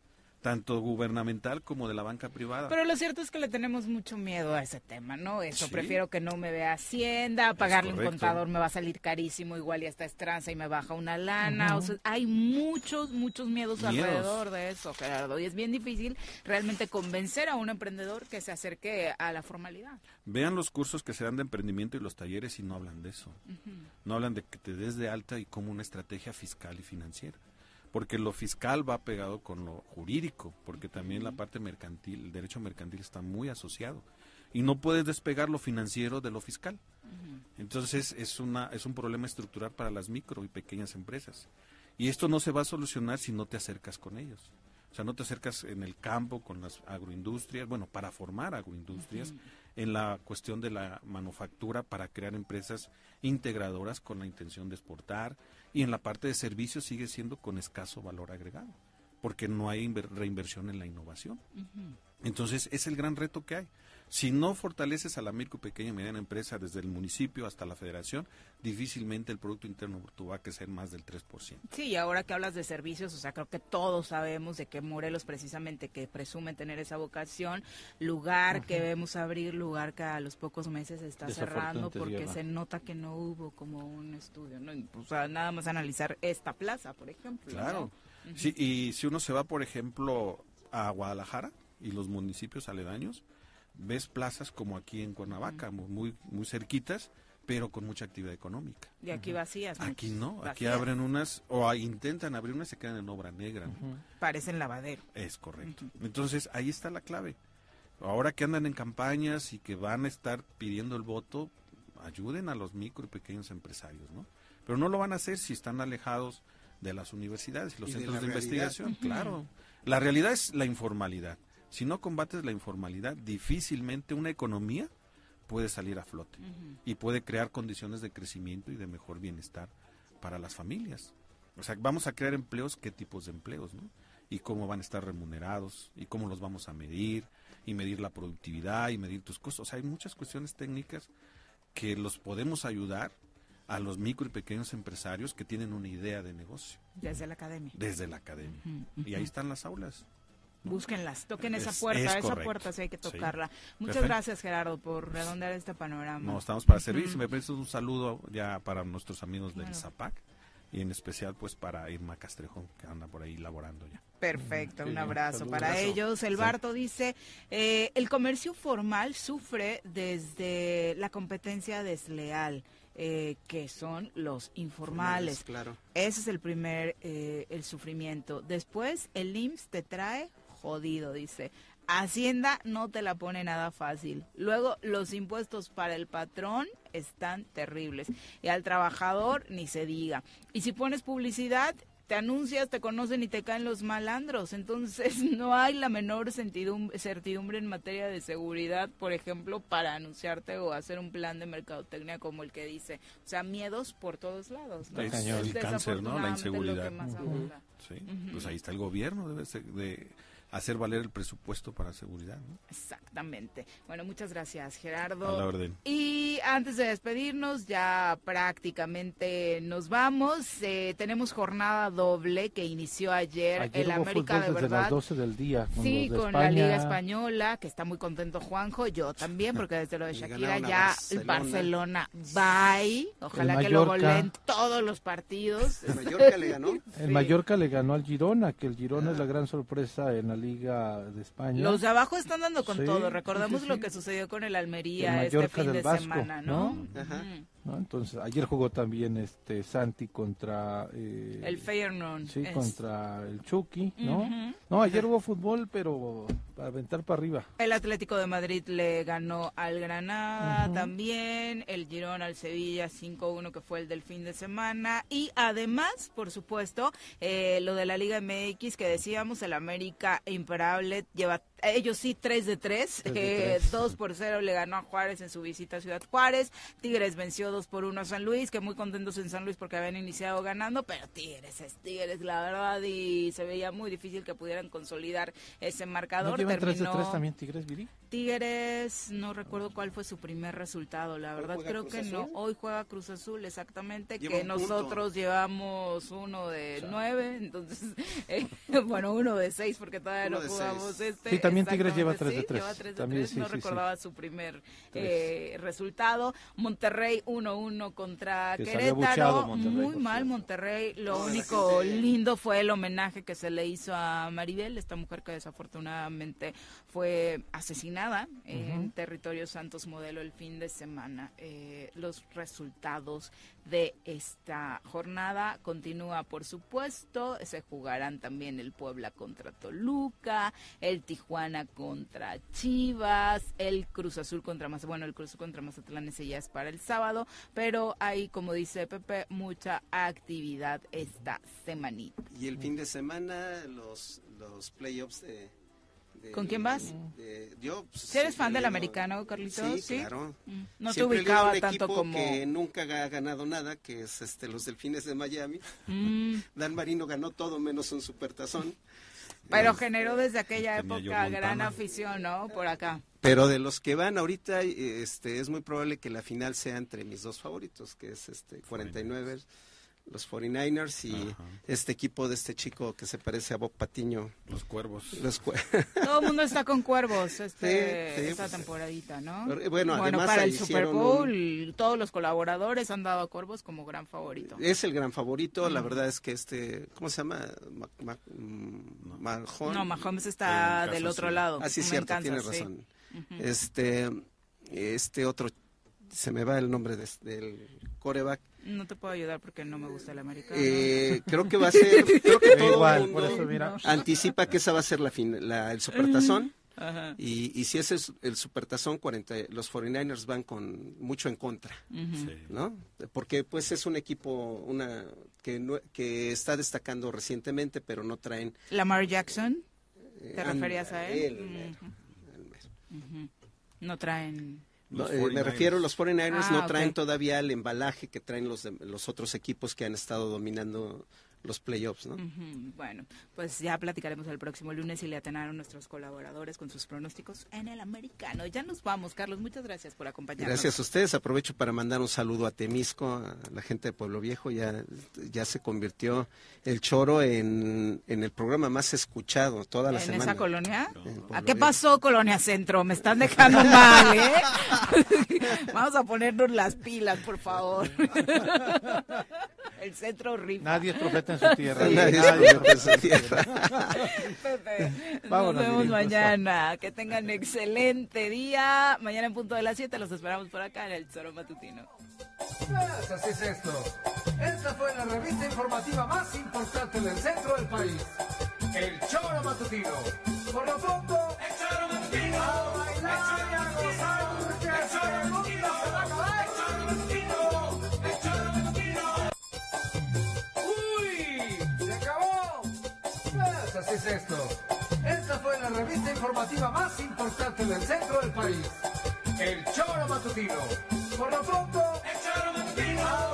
tanto gubernamental como de la banca privada. Pero lo cierto es que le tenemos mucho miedo a ese tema, ¿no? Eso, Sí. prefiero que no me vea Hacienda, pagarle un correcto. contador me va a salir carísimo, igual y hasta estranza y me baja una lana. O sea, hay muchos miedos alrededor de eso, Gerardo, y es bien difícil realmente convencer a un emprendedor que se acerque a la formalidad. Vean los cursos que se dan de emprendimiento y los talleres y no hablan de eso. No hablan de que te des de alta y como una estrategia fiscal y financiera. Porque lo fiscal va pegado con lo jurídico, porque también la parte mercantil, el derecho mercantil está muy asociado. Y no puedes despegar lo financiero de lo fiscal. Entonces es un problema estructural para las micro y pequeñas empresas. Y esto no se va a solucionar si no te acercas con ellos. O sea, no te acercas en el campo con las agroindustrias, bueno, para formar agroindustrias, en la cuestión de la manufactura para crear empresas integradoras con la intención de exportar, y en la parte de servicios sigue siendo con escaso valor agregado, porque no hay reinversión en la innovación. Entonces, es el gran reto que hay. Si no fortaleces a la micro, pequeña y mediana empresa desde el municipio hasta la federación, difícilmente el Producto Interno Bruto va a crecer más del 3%. Sí, y ahora que hablas de servicios, o sea, creo que todos sabemos de que Morelos precisamente, que presume tener esa vocación, lugar que vemos abrir, lugar que a los pocos meses está cerrando porque se nota que no hubo como un estudio, ¿no? O sea, nada más analizar esta plaza, por ejemplo. Claro. ¿No? Sí, y si uno se va, por ejemplo, a Guadalajara y los municipios aledaños, ves plazas como aquí en Cuernavaca, muy cerquitas, pero con mucha actividad económica. Y aquí vacías. Aquí no, vacías. aquí abren unas, o intentan abrir unas y se quedan en obra negra. ¿No? Parecen lavadero. Es correcto. Entonces, ahí está la clave. Ahora que andan en campañas y que van a estar pidiendo el voto, ayuden a los micro y pequeños empresarios, ¿no? Pero no lo van a hacer si están alejados de las universidades y los centros de investigación. Claro. La realidad es la informalidad. Si no combates la informalidad, difícilmente una economía puede salir a flote y puede crear condiciones de crecimiento y de mejor bienestar para las familias. O sea, vamos a crear empleos, ¿qué tipos de empleos, no? Y cómo van a estar remunerados, y cómo los vamos a medir, y medir la productividad, y medir tus costos. O sea, hay muchas cuestiones técnicas que los podemos ayudar a los micro y pequeños empresarios que tienen una idea de negocio. Desde la academia. Desde la academia. Y ahí están las aulas. Búsquenlas, toquen esa puerta sí hay que tocarla. Sí. Muchas Perfecto. gracias, Gerardo, por redondear este panorama. No, estamos para servir. Si me prestas un saludo ya para nuestros amigos del ZAPAC y en especial pues para Irma Castrejón, que anda por ahí laborando ya. Perfecto, un abrazo saludos. para ellos. El Barto dice, el comercio formal sufre desde la competencia desleal, que son los informales. Claro. Ese es el primer, el sufrimiento. Después, el IMSS te trae jodido, dice. Hacienda no te la pone nada fácil. Luego, los impuestos para el patrón están terribles. Y al trabajador, ni se diga. Y si pones publicidad, te anuncias, te conocen y te caen los malandros. Entonces, no hay la menor certidumbre en materia de seguridad, por ejemplo, para anunciarte o hacer un plan de mercadotecnia como el que dice. O sea, miedos por todos lados, ¿no? Es el cáncer, ¿no? La inseguridad. Lo que más abunda. Sí, pues ahí está el gobierno, debe de hacer valer el presupuesto para seguridad, ¿no? Exactamente. Bueno, muchas gracias, Gerardo. A la orden. Y antes de despedirnos, ya prácticamente nos vamos. Tenemos jornada doble que inició ayer el América de desde verdad. las 12 del día. Sí, con España. la Liga Española, que está muy contento Juanjo, yo también, porque desde lo de Shakira ya el Barcelona, bye. Ojalá que lo goleen todos los partidos. ¿El Mallorca le ganó? El Mallorca le ganó al Girona, que el Girona es la gran sorpresa en la Liga de España. Los de abajo están dando con todo. Recordamos lo que sucedió con el Almería este fin de Vasco, semana, ¿no? Ajá. ¿no? Entonces, ayer jugó también Santi contra... el Feyenoord. Sí, contra el Chucky, ¿no? No, ayer hubo fútbol, pero para aventar para arriba. El Atlético de Madrid le ganó al Granada también, el Girona al Sevilla 5-1, que fue el del fin de semana, y además, por supuesto, lo de la Liga MX que decíamos, el América imparable, lleva ellos sí 3 de 3, 2-0 le ganó a Juárez en su visita a Ciudad Juárez, Tigres venció 2-1 a San Luis, que muy contentos en San Luis porque habían iniciado ganando, pero Tigres es Tigres, la verdad, y se veía muy difícil que pudieran consolidar ese marcador. ¿No llevan 3 de 3 también Tigres, Viri? Tigres, no recuerdo cuál fue su primer resultado, la verdad creo que no. Hoy juega Cruz Azul, exactamente, que nosotros llevamos 1 de 9, entonces, bueno, 1 de 6 porque todavía no jugamos Sí, también Tigres lleva 3 de 3. Lleva 3 de 3, no recordaba su primer resultado. Monterrey 1-1 contra Querétaro, muy mal Monterrey, lo único lindo fue el homenaje que se le hizo a Maribel, esta mujer que desafortunadamente fue asesinada en territorio Santos Modelo el fin de semana. Los resultados de esta jornada continúa, por supuesto, se jugarán también el Puebla contra Toluca, el Tijuana contra Chivas, el Cruz Azul contra Mazatlán, bueno, el Cruz Azul contra Mazatlán ese ya es para el sábado, pero hay, como dice Pepe, mucha actividad esta semanita. Y el fin de semana los playoffs de ¿con quién vas? Yo. ¿Si eres fan del americano, Carlitos? Sí, claro. No te ubicaba tanto como... que nunca ha ganado nada, que es los Delfines de Miami. Dan Marino ganó todo menos un supertazón. Pero generó desde aquella época gran afición, ¿no? Por acá. Pero de los que van ahorita, es muy probable que la final sea entre mis dos favoritos, que es 49ers. Los 49ers y este equipo de este chico que se parece a Bob Patiño. Los Cuervos. Todo el mundo está con Cuervos esta temporadita, ¿no? Bueno, además para el Super Bowl, todos los colaboradores han dado a Cuervos como gran favorito. Es el gran favorito, la verdad es que ¿cómo se llama? Mahomes está del otro lado. Ah, sí, cierto, tienes razón. Este otro, se me va el nombre del quarterback. No te puedo ayudar porque no me gusta el americano. Creo que va a ser, creo que todo el mundo anticipa que esa va a ser el supertazón. Y si ese es el supertazón, los 49ers van con mucho en contra, ¿no? Porque pues es un equipo que está destacando recientemente, pero no traen... Lamar Jackson, ¿te referías a él? No traen... me refiero, los 49ers no traen todavía el embalaje que traen los otros equipos que han estado dominando los playoffs, ¿no? Bueno, pues ya platicaremos el próximo lunes y le atinaron nuestros colaboradores con sus pronósticos en el americano. Ya nos vamos, Carlos, muchas gracias por acompañarnos. Gracias a ustedes, aprovecho para mandar un saludo a Temisco, a la gente de Pueblo Viejo, ya se convirtió el Choro en el programa más escuchado toda la semana. ¿En esa colonia? ¿A qué pasó, Colonia Centro? Me están dejando mal, ¿eh? Vamos a ponernos las pilas, por favor. El centro rifa. Nadie es profeta en su tierra. Nadie es profeta en su tierra. Pepe, nos vemos mañana. Que tengan excelente día. Mañana en punto de las 7 los esperamos por acá en el Choro Matutino. Pues así es esto. Esta fue la revista informativa más importante del centro del país. El Choro Matutino. Por lo pronto, el Choro Matutino. A bailar y a gozar porque el Choro Matutino se va a acabar. El Choro Matutino. El Choro Matutino. ¡Uy! ¡Se acabó! Pues así es esto. Esta fue la revista informativa más importante del centro del país. El Choro Matutino. Por lo pronto, el Choro Matutino.